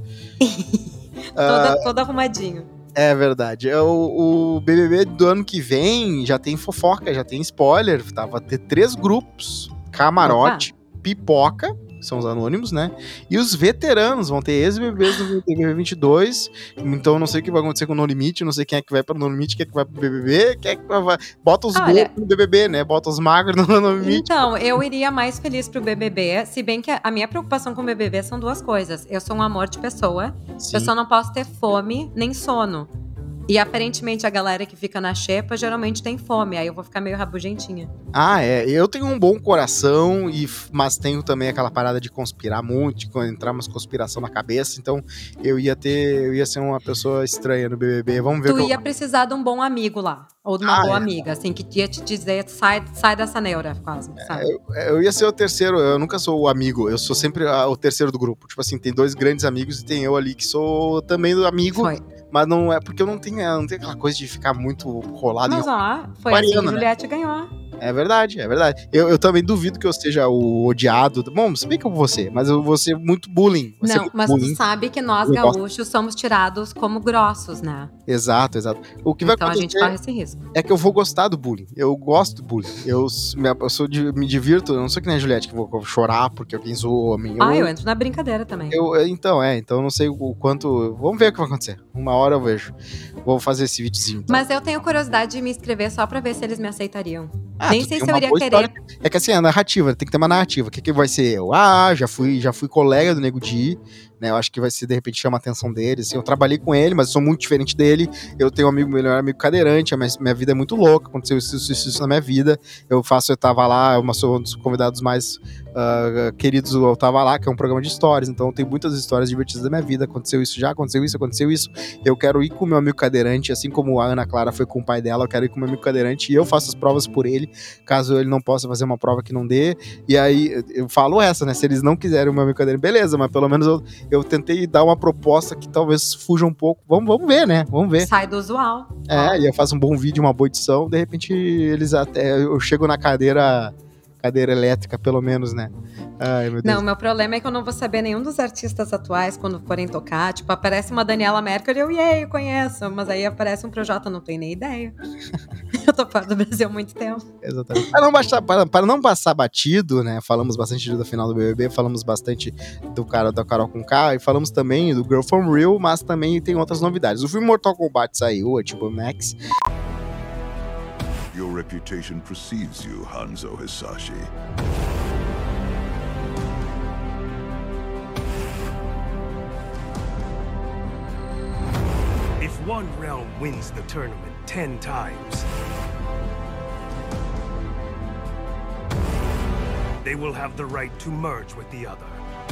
Toda, uh, todo arrumadinho. É verdade. O, o B B B do ano que vem já tem fofoca, já tem spoiler. Tá? Vai ter três grupos. Camarote, Opa. Pipoca, são os anônimos, né? E os veteranos, vão ter ex-B B Bs no B B B vinte e dois, então eu não sei o que vai acontecer com o No Limite, não sei quem é que vai para o No Limite, quem é que vai para o B B B, quem é que vai... Bota os gordos no B B B, né? Bota os magros no No Limite. Então, eu iria mais feliz pro B B B, se bem que a minha preocupação com o B B B são duas coisas. Eu sou um amor de pessoa, Sim. eu só não posso ter fome nem sono. E aparentemente a galera que fica na xepa geralmente tem fome, aí eu vou ficar meio rabugentinha. Ah, é. Eu tenho um bom coração, e, mas tenho também aquela parada de conspirar muito, de entrar umas conspiração na cabeça, então eu ia ter, eu ia ser uma pessoa estranha no B B B. Vamos ver. Tu ia eu... precisar de um bom amigo lá, ou de uma ah, boa é. amiga, assim, que ia te dizer, sai, sai dessa neura, quase, sabe? É, eu, eu ia ser o terceiro, eu nunca sou o amigo, eu sou sempre a, o terceiro do grupo. Tipo assim, tem dois grandes amigos e tem eu ali que sou também do amigo. Foi. Mas não é porque eu não tenho, não tenho aquela coisa de ficar muito rolado. Mas em... ó, foi Mariana, assim que Juliette né? ganhou. É verdade, é verdade. Eu, eu também duvido que eu seja o odiado. Bom, se bem que eu vou ser, mas eu vou ser muito bullying. Vou não, muito mas bullying. tu sabe que nós, eu gaúchos, gosto. somos tirados como grossos, né? Exato, exato. O que vai então a gente corre esse risco. É que eu vou gostar do bullying. Eu gosto do bullying. Eu, eu sou de, me divirto, eu não sou que nem a Juliette, que eu vou chorar porque alguém zoou a mim. Eu, ah, eu entro na brincadeira também. Eu, então, é, então eu não sei o quanto... Vamos ver o que vai acontecer. Uma hora eu vejo. Vou fazer esse videozinho. Então. Mas eu tenho curiosidade de me inscrever só pra ver se eles me aceitariam. Ah, nem sei se eu iria querer. História. É que assim, a narrativa, tem que ter uma narrativa. O que, que vai ser eu? Ah, já fui, já fui colega do Nego Di, né? Eu acho que vai ser, de repente, chama a atenção dele. Assim, eu trabalhei com ele, mas eu sou muito diferente dele. Eu tenho um amigo, melhor amigo cadeirante, a minha, minha vida é muito louca, aconteceu isso, isso, isso na minha vida. Eu faço, eu tava lá, eu sou um dos convidados mais uh, queridos, eu tava lá, que é um programa de histórias, então eu tenho muitas histórias divertidas da minha vida. Aconteceu isso já, aconteceu isso, aconteceu isso. Eu quero ir com o meu amigo cadeirante, assim como a Ana Clara foi com o pai dela, eu quero ir com o meu amigo cadeirante e eu faço as provas por ele, caso ele não possa fazer uma prova que não dê. E aí, eu falo essa, né? Se eles não quiserem o meu amigo cadeirante, beleza, mas pelo menos eu, eu tentei dar uma proposta que talvez fuja um pouco. Vamos, vamos ver, né? Vamos ver. Sai do usual. É, e eu faço um bom vídeo, uma boa edição, de repente eles até... Eu chego na cadeira... cadeira elétrica, pelo menos, né? Ai, meu Deus. Não, meu problema é que eu não vou saber nenhum dos artistas atuais quando forem tocar. Tipo, aparece uma Daniela Mercury, eu, e eu conheço. Mas aí aparece um Projota, não tenho nem ideia. Eu tô fora do Brasil há muito tempo. Exatamente. Para não, baixar, para, para não passar batido, né? Falamos bastante da final do B B B, falamos bastante do cara da Carol Conká e falamos também do Girl From Real, mas também tem outras novidades. O filme Mortal Kombat saiu, a H B O Max. Your reputation precedes you, Hanzo Hisashi. If one realm wins the tournament ten times, they will have the right to merge with the other.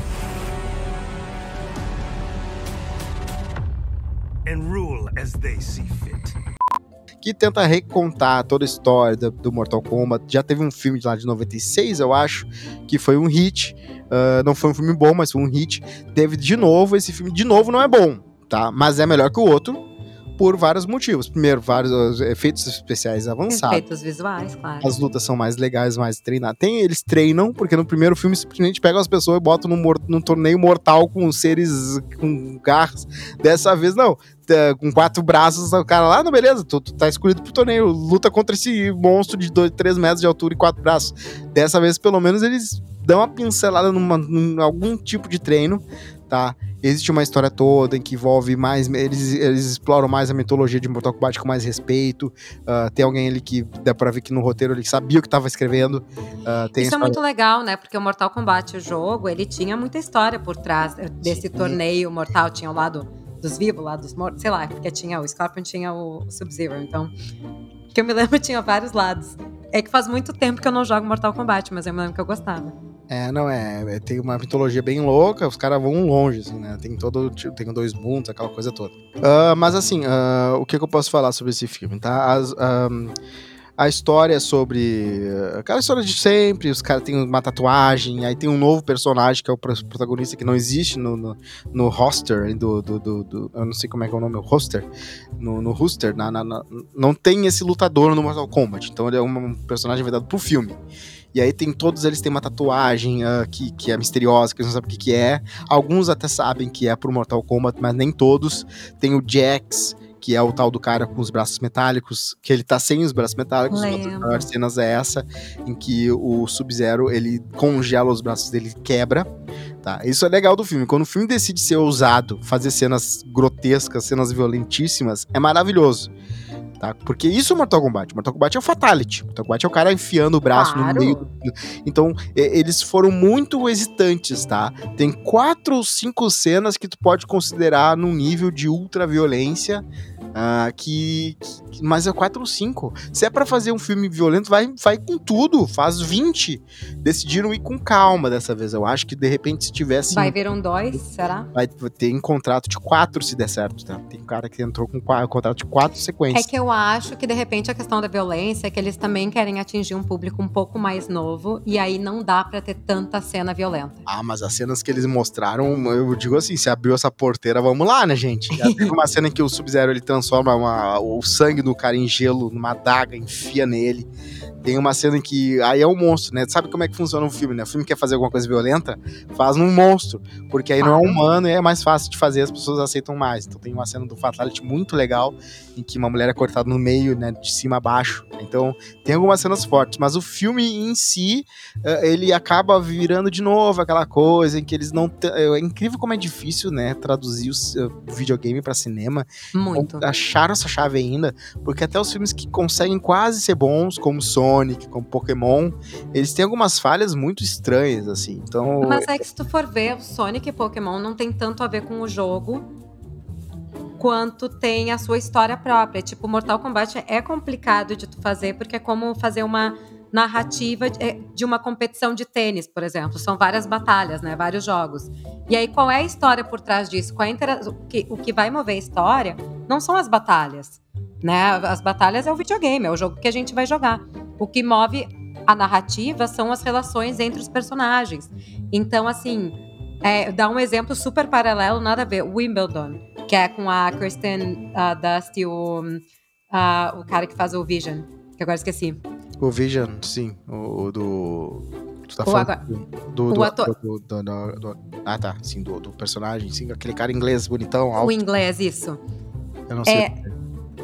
And rule as they see fit. Que tenta recontar toda a história do, do Mortal Kombat. Já teve um filme de lá de noventa e seis, eu acho, que foi um hit. Uh, não foi um filme bom, mas foi um hit. Teve de novo, esse filme de novo não é bom, tá? Mas é melhor que o outro, por vários motivos. Primeiro, vários efeitos especiais avançados. Efeitos visuais, claro. As lutas são mais legais, mais treinadas. Tem, eles treinam, porque no primeiro filme simplesmente pegam as pessoas e botam num, num torneio mortal com seres com garras. Dessa vez, não. Com quatro braços, o cara lá, não, beleza, tu, tu tá escolhido pro torneio, luta contra esse monstro de dois, três metros de altura e quatro braços. Dessa vez, pelo menos, eles dão uma pincelada numa, num algum tipo de treino, tá? Existe uma história toda em que envolve mais, eles, eles exploram mais a mitologia de Mortal Kombat com mais respeito. Uh, tem alguém ali que dá pra ver que no roteiro ele sabia o que tava escrevendo. Uh, tem Isso história... é muito legal, né? Porque o Mortal Kombat, o jogo, ele tinha muita história por trás desse Sim. torneio mortal. Tinha o lado dos vivos, lá dos mortos, sei lá, porque tinha o Scorpion, tinha o Sub-Zero. Então, que eu me lembro, tinha vários lados. É que faz muito tempo que eu não jogo Mortal Kombat, mas eu me lembro que eu gostava. É, não, é, é tem uma mitologia bem louca, os caras vão longe, assim, né, tem todo, tem dois mundos, aquela coisa toda. Uh, mas assim, uh, o que, que eu posso falar sobre esse filme, tá? As, um, a história sobre, aquela história de sempre, os caras têm uma tatuagem, aí tem um novo personagem que é o protagonista que não existe no, no, no roster, do, do, do, do, eu não sei como é que é o nome, o roster, no, no roster, na, na, na, não tem esse lutador no Mortal Kombat, então ele é um personagem vedado pro filme. E aí tem, todos eles têm uma tatuagem uh, que, que é misteriosa, que eles não sabem o que, que é. Alguns até sabem que é pro Mortal Kombat, mas nem todos. Tem o Jax, que é o tal do cara com os braços metálicos, que ele tá sem os braços metálicos. Uma das maiores cenas é essa, em que o Sub-Zero, ele congela os braços dele e quebra. Tá? Isso é legal do filme. Quando o filme decide ser ousado, fazer cenas grotescas, cenas violentíssimas, é maravilhoso. Tá? Porque isso é Mortal Kombat. Mortal Kombat é o Fatality. Mortal Kombat é o cara enfiando o braço claro. no meio. Então, e, eles foram muito hesitantes, tá? Tem quatro ou cinco cenas que tu pode considerar num nível de ultraviolência. Uh, que, que, mas é quatro ou cinco. Se é pra fazer um filme violento, vai, vai com tudo. Faz vinte. Decidiram ir com calma dessa vez. Eu acho que de repente se tivesse. Vai ver um dois, será? Vai ter um contrato de quatro se der certo, tá? Tem um cara que entrou com um contrato de quatro sequências. É que eu acho que de repente a questão da violência é que eles também querem atingir um público um pouco mais novo. E aí não dá pra ter tanta cena violenta. Ah, mas as cenas que eles mostraram, eu digo assim, se abriu essa porteira, vamos lá, né, gente? Já teve uma cena em que o Sub-Zero ele transforma uma, o sangue do cara em gelo, numa adaga, enfia nele. Tem uma cena em que, aí é um monstro, né? Sabe como é que funciona um filme, né? O filme quer fazer alguma coisa violenta, faz num monstro, porque aí não é humano e é mais fácil de fazer, as pessoas aceitam mais. Então tem uma cena do Fatality muito legal, em que uma mulher é cortada no meio, né, de cima a baixo. Então tem algumas cenas fortes, mas o filme em si, ele acaba virando de novo aquela coisa em que eles não... T- é incrível como é difícil, né, traduzir o videogame pra cinema. Muito. Acharam essa chave ainda, porque até os filmes que conseguem quase ser bons, como Sonic, como Pokémon, eles têm algumas falhas muito estranhas, assim, então... Mas é que se tu for ver, o Sonic e Pokémon não tem tanto a ver com o jogo quanto tem a sua história própria. Tipo, Mortal Kombat é complicado de tu fazer, porque é como fazer uma narrativa de uma competição de tênis, por exemplo. São várias batalhas, né? Vários jogos. E aí, qual é a história por trás disso? Qual é a intera- o, que, o que vai mover a história não são as batalhas, né? As batalhas é o videogame, é o jogo que a gente vai jogar. O que move a narrativa são as relações entre os personagens. Então, assim, é, dá um exemplo super paralelo, nada a ver. Wimbledon, que é com a Kristen uh, Dust e o, uh, o cara que faz o Vision, que agora esqueci. O Vision, sim. O, o do... Tu tá o falando agora, do, do, o do, ator. do, do, do, do, ah, tá. Sim, do, do personagem, sim. Aquele cara inglês bonitão, alto. O inglês, isso. Eu não sei. É,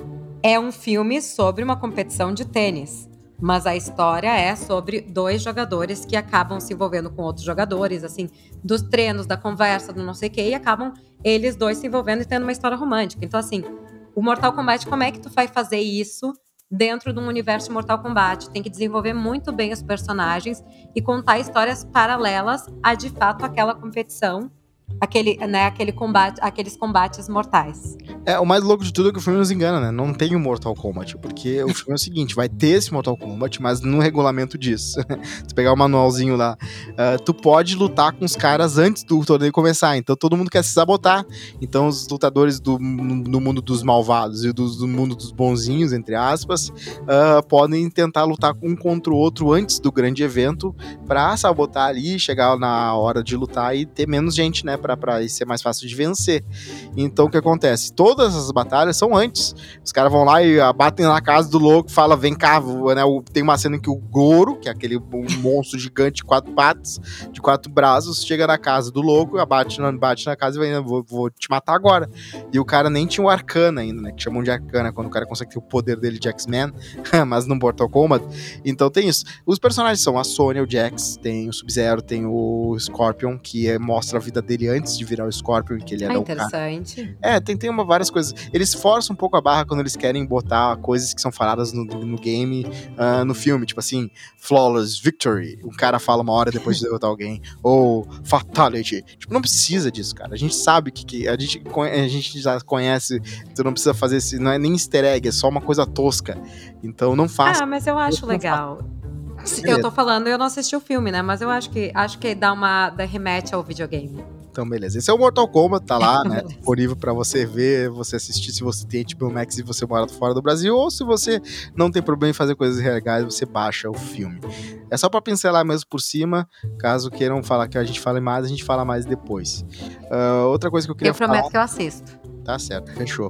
é um filme sobre uma competição de tênis. Mas a história é sobre dois jogadores que acabam se envolvendo com outros jogadores, assim, dos treinos, da conversa, do não sei o quê, e acabam eles dois se envolvendo e tendo uma história romântica. Então, assim, o Mortal Kombat, como é que tu vai fazer isso dentro de um universo de Mortal Kombat? Tem que desenvolver muito bem os personagens e contar histórias paralelas a, de fato, aquela competição, aquele, né, aquele combate, aqueles combates mortais. É, o mais louco de tudo é que o filme nos engana, né? Não tem o Mortal Kombat, porque o filme é o seguinte, vai ter esse Mortal Kombat, mas no regulamento diz. Se pegar o manualzinho lá, uh, tu pode lutar com os caras antes do torneio começar, então todo mundo quer se sabotar. Então os lutadores do, no mundo dos malvados e do, do mundo dos bonzinhos, entre aspas, uh, podem tentar lutar um contra o outro antes do grande evento pra sabotar ali, chegar na hora de lutar e ter menos gente, né? Pra, pra ser mais fácil de vencer. Então o que acontece? Todas as batalhas são antes. Os caras vão lá e batem na casa do louco, fala, vem cá, né? Tem uma cena em que o Goro, que é aquele um monstro gigante de quatro patas, de quatro braços, chega na casa do louco, bate na, bate na casa e vai, vou, vou te matar agora. E o cara nem tinha o Arcana ainda, né? Que chamam de Arcana, quando o cara consegue ter o poder dele de X-Men, mas no Mortal Kombat. Então tem isso. Os personagens são a Sonya, o Jax, tem o Sub-Zero, tem o Scorpion, que é, mostra a vida dele antes de virar o Scorpion, que ele era ah, o cara. interessante. É, tem, tem uma, várias coisas. Eles forçam um pouco a barra quando eles querem botar coisas que são faladas no, no game, uh, no filme, tipo assim, Flawless Victory, o cara fala uma hora depois de derrotar alguém, ou Fatality. Tipo, não precisa disso, cara. A gente sabe que, que a, gente, a gente já conhece, tu não precisa fazer esse, não é nem easter egg, é só uma coisa tosca. Então não faça. Ah, mas eu acho legal. Eu tô falando, eu não assisti o filme, né? Mas eu acho que acho que dá uma dá remete ao videogame. Então, beleza. Esse é o Mortal Kombat, tá lá, né? Disponível pra você ver, você assistir se você tem H B O Max e você mora fora do Brasil, ou se você não tem problema em fazer coisas legais, você baixa o filme. É só pra pincelar mesmo por cima, caso queiram falar que a gente fale mais, a gente fala mais depois. Uh, outra coisa que eu queria eu prometo falar... que eu assisto. Tá certo, fechou.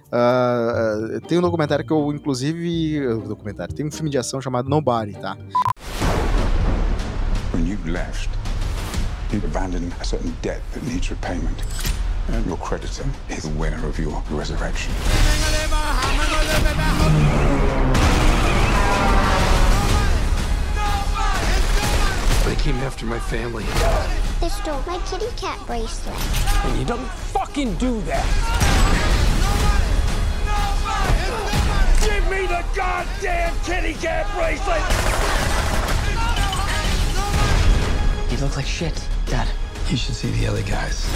Uh, tem um documentário que eu, inclusive... Uh, documentário, tem um filme de ação chamado Nobody, tá? When you left, you abandoned a certain debt that needs repayment. And your creditor is the winner of your resurrection. They came after my family. They stole my kitty cat bracelet. And you don't fucking do that. Give me the goddamn kitty cat bracelet! You look like shit, Dad. You should see the other guys.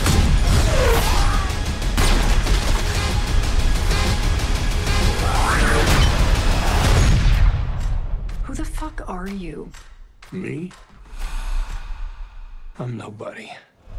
Who the fuck are you? Me? I'm nobody.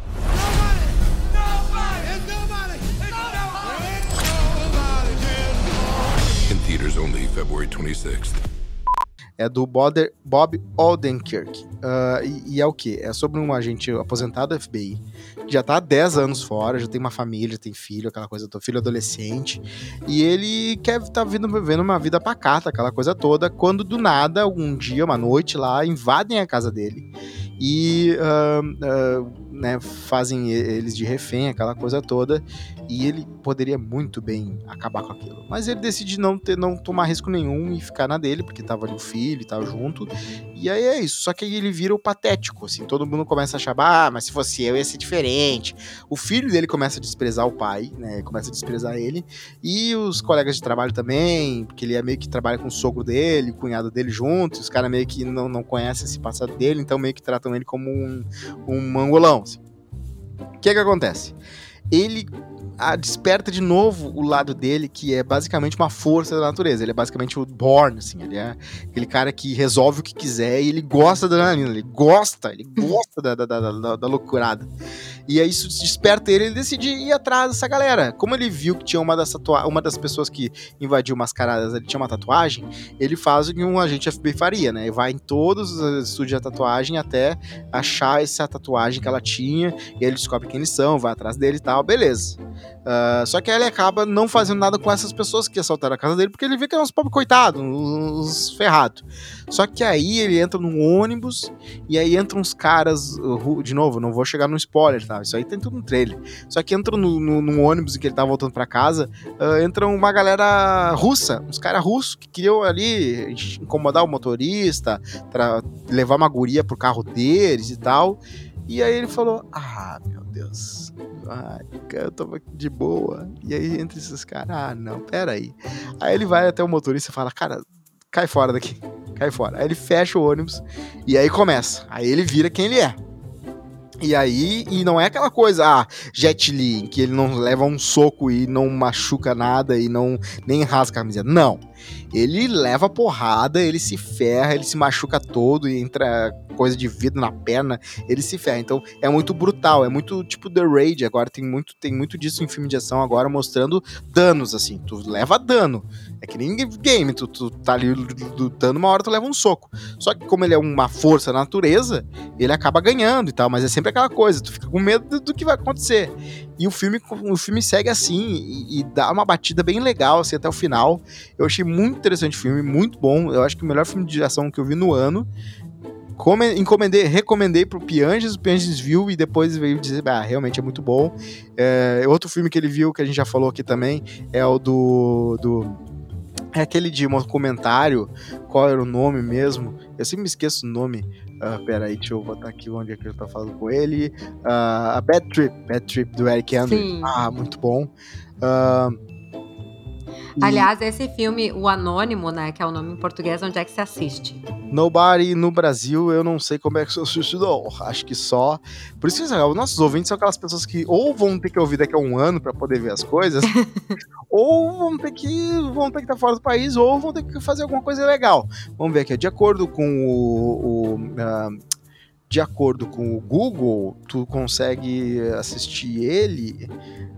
In theaters only February twenty-sixth. É do Bob Odenkirk. Uh, e, e é o quê? É sobre um agente aposentado do F B I, que já tá há dez anos fora, já tem uma família, tem filho, aquela coisa toda, filho adolescente, e ele quer tá vivendo uma vida pacata, aquela coisa toda, quando do nada, um dia, uma noite lá, invadem a casa dele e uh, uh, né, fazem eles de refém, aquela coisa toda, e ele poderia muito bem acabar com aquilo. Mas ele decide não, ter, não tomar risco nenhum e ficar na dele, porque tava ali o filho e tal junto, e aí é isso. Só que aí ele vira o patético, assim, todo mundo começa a achar, ah, mas se fosse eu ia ser diferente. O filho dele começa a desprezar o pai, né, começa a desprezar ele, e os colegas de trabalho também, porque ele é meio que trabalha com o sogro dele, o cunhado dele junto, e os caras meio que não, não conhecem esse passado dele, então meio que tratam ele como um, um mangolão, assim. O que que acontece? Ele a, desperta de novo o lado dele, que é basicamente uma força da natureza. Ele é basicamente o Born, assim. Ele é aquele cara que resolve o que quiser e ele gosta da adrenalina. Ele gosta, ele gosta da, da, da, da, da loucurada. E aí isso desperta ele, ele decide ir atrás dessa galera. Como ele viu que tinha uma das, tatua- uma das pessoas que invadiu mascaradas, ele tinha uma tatuagem, ele faz o que um agente F B I faria, né? Ele vai em todos os estúdios de tatuagem até achar essa tatuagem que ela tinha, e ele descobre quem eles são, vai atrás dele e tal. tal, beleza. Uh, só que aí ele acaba não fazendo nada com essas pessoas que assaltaram a casa dele, porque ele vê que é uns pobres coitados, uns ferrados. Só que aí ele entra num ônibus, e aí entram uns caras, uh, de novo, não vou chegar no spoiler, tá? Isso aí tem tudo no trailer. Só que entram no, no, num ônibus em que ele tá voltando pra casa, uh, entra uma galera russa, uns caras russos que queriam ali incomodar o motorista, pra levar uma guria pro carro deles e tal. E aí ele falou, ah, meu Deus, ai, eu tô aqui de boa. E aí entra esses caras, ah, não, pera aí. Aí ele vai até o motorista e fala, cara, cai fora daqui, cai fora. Aí ele fecha o ônibus e aí começa. Aí ele vira quem ele é. E aí, e não é aquela coisa, ah, Jet Li, em que ele não leva um soco e não machuca nada e não nem rasga a camiseta. Não. Ele leva porrada, ele se ferra, ele se machuca todo e entra coisa de vidro na perna, ele se ferra. Então é muito brutal, é muito tipo The Raid. Agora tem muito, tem muito disso em filme de ação agora, mostrando danos, assim. Tu leva dano. É que nem game, tu, tu tá ali lutando, uma hora tu leva um soco. Só que como ele é uma força da natureza, ele acaba ganhando e tal, mas é sempre aquela coisa, tu fica com medo do, do que vai acontecer. E o filme, o filme segue assim e, e dá uma batida bem legal assim, até o final. Eu achei muito interessante o filme, muito bom. Eu acho que o melhor filme de ação que eu vi no ano. Come, encomendei, recomendei pro Pianges, o Pianges viu e depois veio dizer, ah, realmente é muito bom. É, outro filme que ele viu, que a gente já falou aqui também, é o do... do é aquele de um comentário, qual era o nome mesmo? Eu sempre me esqueço o nome. Uh, pera aí, deixa eu botar aqui onde é que eu tô falando com ele. Uh, a Bad Trip, Bad Trip do Eric Andre. Ah, muito bom. Uh, Aliás, esse filme, O Anônimo, né, que é o nome em português, onde é que se assiste? Nobody no Brasil, eu não sei como é que se assiste, não. Acho que só... Por isso que os nossos ouvintes são aquelas pessoas que ou vão ter que ouvir daqui a um ano pra poder ver as coisas, ou vão ter que vão ter que estar fora do país, ou vão ter que fazer alguma coisa legal. Vamos ver aqui, de acordo com o... o uh, de acordo com o Google, tu consegue assistir ele...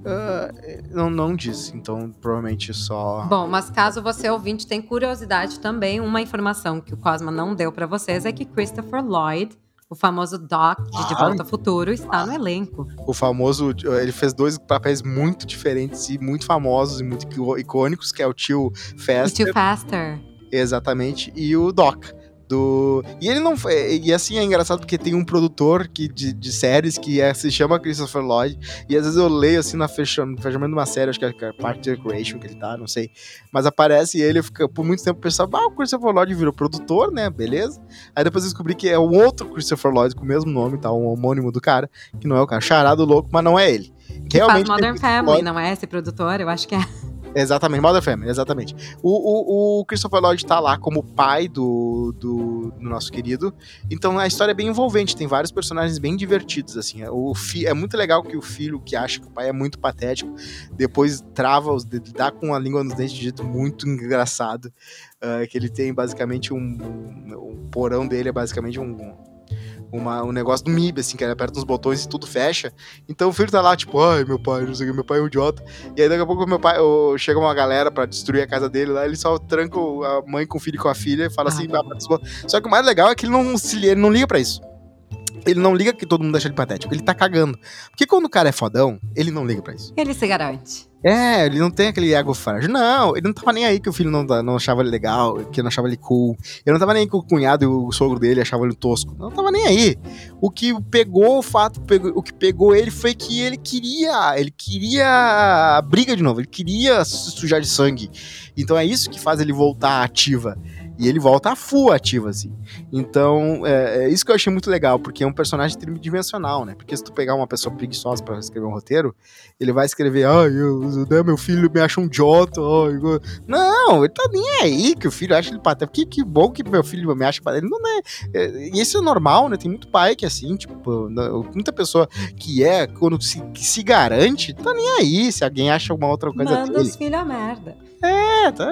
Uh, não, não diz, então provavelmente só... Bom, mas caso você ouvinte tenha curiosidade também, uma informação que o Cosma não deu pra vocês é que Christopher Lloyd, o famoso Doc de De Volta ao Futuro, está no elenco. O famoso, ele fez dois papéis muito diferentes e muito famosos e muito icônicos, que é o tio Faster. O tio Faster. Exatamente, e o Doc. Do... E ele não foi. E assim é engraçado porque tem um produtor que, de, de séries que é, se chama Christopher Lloyd. E às vezes eu leio assim na fecha, no fechamento de uma série, acho que é Park Recreation que ele tá, não sei. Mas aparece ele, eu fico, por muito tempo eu pensava, ah, o Christopher Lloyd virou produtor, né? Beleza. Aí depois eu descobri que é um outro Christopher Lloyd com o mesmo nome, tá? Um homônimo do cara, que não é o cara, charado louco, mas não é ele. Que realmente faz Modern Family, Lloyd... não é esse produtor? Eu acho que é. Exatamente, Modern Family, exatamente. O, o, o Christopher Lloyd tá lá como pai do, do, do nosso querido, então a história é bem envolvente, tem vários personagens bem divertidos, assim. O fi, é muito legal que o filho, que acha que o pai é muito patético, depois trava os dedos, dá com a língua nos dentes de jeito muito engraçado, uh, que ele tem basicamente um, um, um porão dele é basicamente um... Uma, um negócio do M I B, assim, que ele aperta uns botões e tudo fecha. Então o filho tá lá, tipo, ai, meu pai, não sei o que, meu pai é um idiota. E aí daqui a pouco meu pai, oh, chega uma galera pra destruir a casa dele lá, ele só tranca a mãe com o filho e com a filha e fala ah, assim, ah, só que o mais legal é que ele não, se, ele não liga pra isso. Ele não liga que todo mundo acha ele patético, ele tá cagando. Porque quando o cara é fodão, ele não liga pra isso. Ele se garante. É, ele não tem aquele ego frágil. Não, ele não tava nem aí que o filho não, não achava ele legal, que não achava ele cool. Ele não tava nem aí que o cunhado e o sogro dele achavam ele tosco. Não tava nem aí. O que pegou o fato, pegou, o que pegou ele foi que ele queria, ele queria a briga de novo, ele queria se sujar de sangue. Então é isso que faz ele voltar ativa. E ele volta a full ativo, assim. Então, é, é isso que eu achei muito legal, porque é um personagem tridimensional, né? Porque se tu pegar uma pessoa preguiçosa pra escrever um roteiro, ele vai escrever, ai, ah, meu filho me acha um idiota, ai, eu... Não, ele tá nem aí que o filho acha ele patético. Que, que bom que meu filho me acha patético. Não é, é, e isso é normal, né? Tem muito pai que é assim, tipo, muita pessoa que é, quando se, que se garante, tá nem aí se alguém acha alguma outra coisa Manda dele. Manda os filhos a merda. É, tá,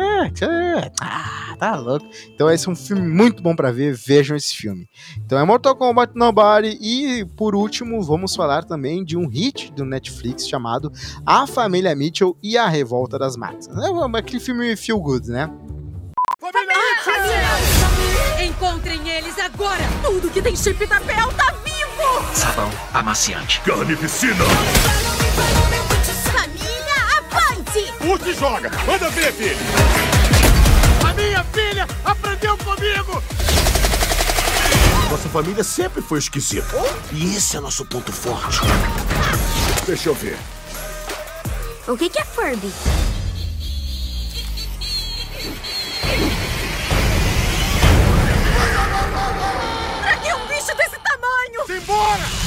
é, ah, tá louco. Então esse é um filme muito bom pra ver, vejam esse filme. Então é Mortal Kombat Nobody e, por último, vamos falar também de um hit do Netflix chamado A Família Mitchell e a Revolta das Máquinas. É aquele filme feel good, né? Encontrem eles agora! Tudo que tem chip da Bell tá vivo! Sabão amaciante. Carnificina! Puxa e joga. Manda ver, filho. A minha filha aprendeu comigo. Nossa família sempre foi esquisita. E esse é nosso ponto forte. Deixa eu ver. O que que é Furby? Pra que um bicho desse tamanho? Simbora!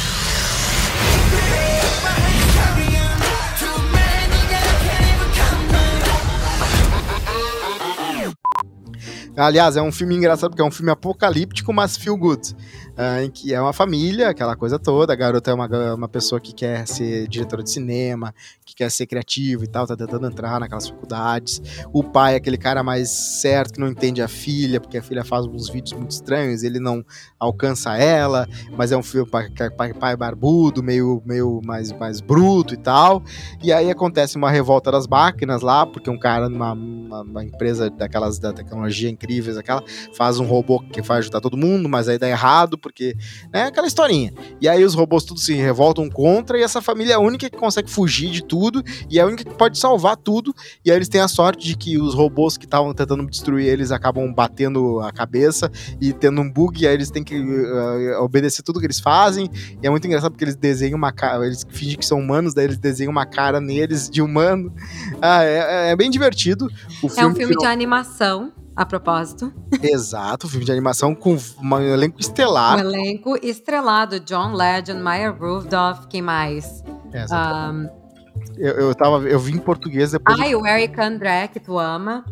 Aliás, é um filme engraçado porque é um filme apocalíptico, mas feel good. Uh, em que é uma família, aquela coisa toda. A garota é uma, uma pessoa que quer ser diretora de cinema, que quer ser criativa e tal, tá tentando entrar naquelas faculdades. O pai é aquele cara mais certo que não entende a filha, porque a filha faz uns vídeos muito estranhos, ele não alcança ela, mas é um filme pai, pai, pai barbudo, meio, meio mais, mais bruto e tal. E aí acontece uma revolta das máquinas lá, porque um cara numa uma, uma empresa daquelas da tecnologia incríveis, aquela, faz um robô que vai ajudar todo mundo, mas aí dá errado, porque, né, aquela historinha. E aí os robôs tudo se revoltam contra, e essa família é a única que consegue fugir de tudo, e é a única que pode salvar tudo, e aí eles têm a sorte de que os robôs que estavam tentando destruir eles acabam batendo a cabeça e tendo um bug, e aí eles têm que uh, obedecer tudo que eles fazem, e é muito engraçado porque eles desenham uma cara, eles fingem que são humanos, daí eles desenham uma cara neles de humano. Ah, é, é bem divertido. O é filme um filme final... de animação, a propósito. Exato, filme de animação com um elenco estelar. Um elenco estrelado, John Legend, Maya Rudolph, quem mais? É, um, eu, eu, tava, eu vi em português depois. Ai, eu... o Eric Andre, que tu ama.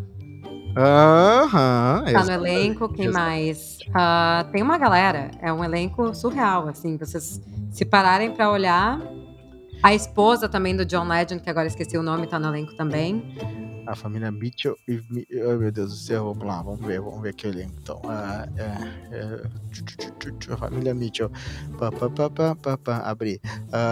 Aham. Tá no elenco, quem exatamente. mais? Uh, tem uma galera, é um elenco surreal, assim, vocês se pararem pra olhar. A esposa também do John Legend, que agora esqueci o nome, tá no elenco também. A família Mitchell e... Oh, meu Deus do céu, vamos lá, vamos ver, vamos ver aqui o elenco. Então, uh, é, é, a família Mitchell. Pá, pá, pá, pá, pá, pá, abrir.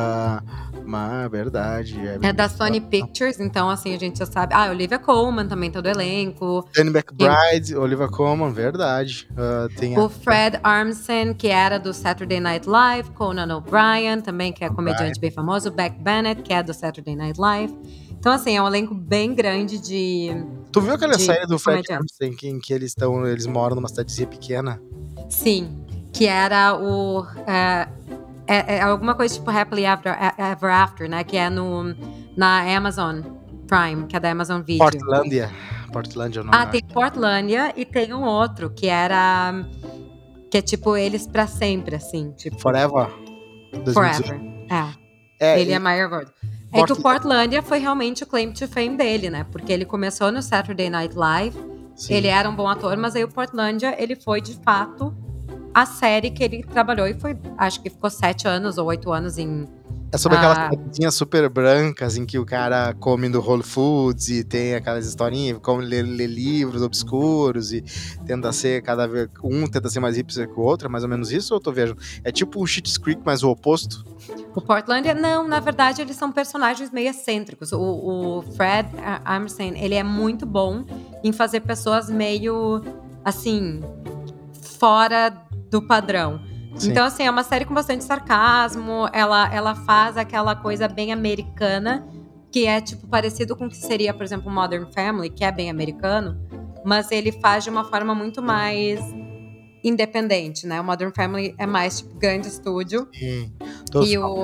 Uh, mas, verdade. É, é da Sony Pictures, então, assim, a gente já sabe. Ah, Olivia Colman também tá do elenco. Danny McBride, e... Olivia Colman, verdade. Uh, tem o a... Fred Armisen, que era do Saturday Night Live. Conan O'Brien, também, que é comediante bem famoso. Beck Bennett, que é do Saturday Night Live. Então, assim, é um elenco bem grande de... Tu viu aquela de série do Fred Armisen em, em que eles, tão, eles moram numa cidadezinha pequena? Sim, que era o... É, é, é alguma coisa tipo Happily After, Ever After, né? Que é no, na Amazon Prime, que é da Amazon Video. Portlandia. Portlandia, não. Ah, tem Portlandia e tem um outro, que era... Que é tipo eles pra sempre, assim. Tipo, Forever? Forever, é. é Ele e... é Maya Rudolph. É que o Portlandia foi realmente o claim to fame dele, né? Porque ele começou no Saturday Night Live, sim, ele era um bom ator, mas aí o Portlandia, ele foi, de fato, a série que ele trabalhou e foi, acho que ficou sete anos ou oito anos em... É sobre ah, aquelas cidadezinhas super brancas em que o cara come do Whole Foods e tem aquelas historinhas, come lê, lê livros obscuros e tenta ser cada vez... Um tenta ser mais hipster que o outro, é mais ou menos isso ou eu tô viajando? É tipo o Schitt's Creek, mas o oposto? O Portlandia, não, na verdade eles são personagens meio excêntricos. O, o Fred Armisen, ele é muito bom em fazer pessoas meio, assim, fora do padrão. Sim. Então, assim, é uma série com bastante sarcasmo, ela, ela faz aquela coisa bem americana, que é, tipo, parecido com o que seria, por exemplo, Modern Family, que é bem americano, mas ele faz de uma forma muito mais independente, né? O Modern Family é mais, tipo, grande estúdio. Sim. E o...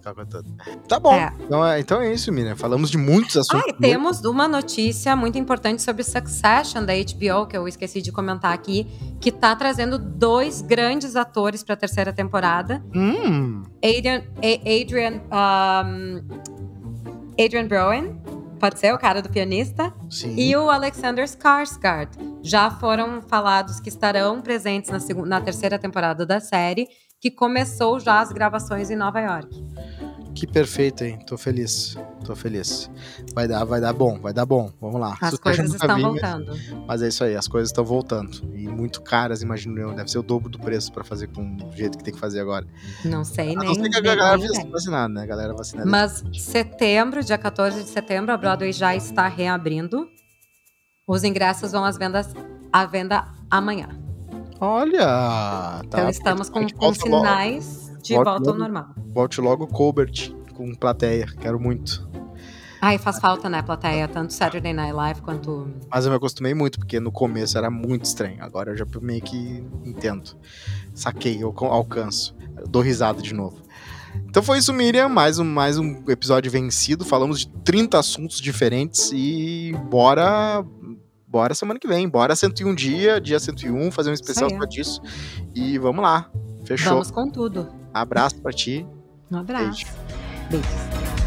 Tá bom. É. Então, é, então é isso, Miriam. Falamos de muitos assuntos. Ah, e temos uma notícia muito importante sobre Succession da H B O, que eu esqueci de comentar aqui, que tá trazendo dois grandes atores pra terceira temporada. Hum. Adrian, Adrian, um, Adrian Brody, pode ser o cara do pianista. Sim. E o Alexander Skarsgård. Já foram falados que estarão presentes na, segunda, na terceira temporada da série, que começou já as gravações em Nova York. Que perfeito, hein? Tô feliz. Tô feliz. Vai dar, vai dar bom, vai dar bom. Vamos lá. As coisas estão vi, voltando. Mas, mas é isso aí, as coisas estão voltando. E muito caras, imagino eu. Deve ser o dobro do preço pra fazer com o jeito que tem que fazer agora. Não sei, a nem. Não sei que a galera nem vacinada, né? A galera vacinada. Mas setembro, dia quatorze de setembro, a Broadway já está reabrindo. Os ingressos vão às vendas, à venda amanhã. Olha! Tá, então estamos com, com sinais logo. de volte volta logo, ao normal. Volte logo Colbert com plateia, quero muito. Ai, faz falta, né, plateia? Tanto Saturday Night Live quanto... Mas eu me acostumei muito, porque no começo era muito estranho. Agora eu já meio que entendo. Saquei, eu alcanço. Eu dou risada de novo. Então foi isso, Miriam. Mais um, mais um episódio vencido. Falamos de trinta assuntos diferentes. E bora... Bora semana que vem. Bora cento e um dia, dia cento e um, fazer um especial só disso. E vamos lá. Fechou. Vamos com tudo. Abraço pra ti. Um abraço. Beijo. Beijo.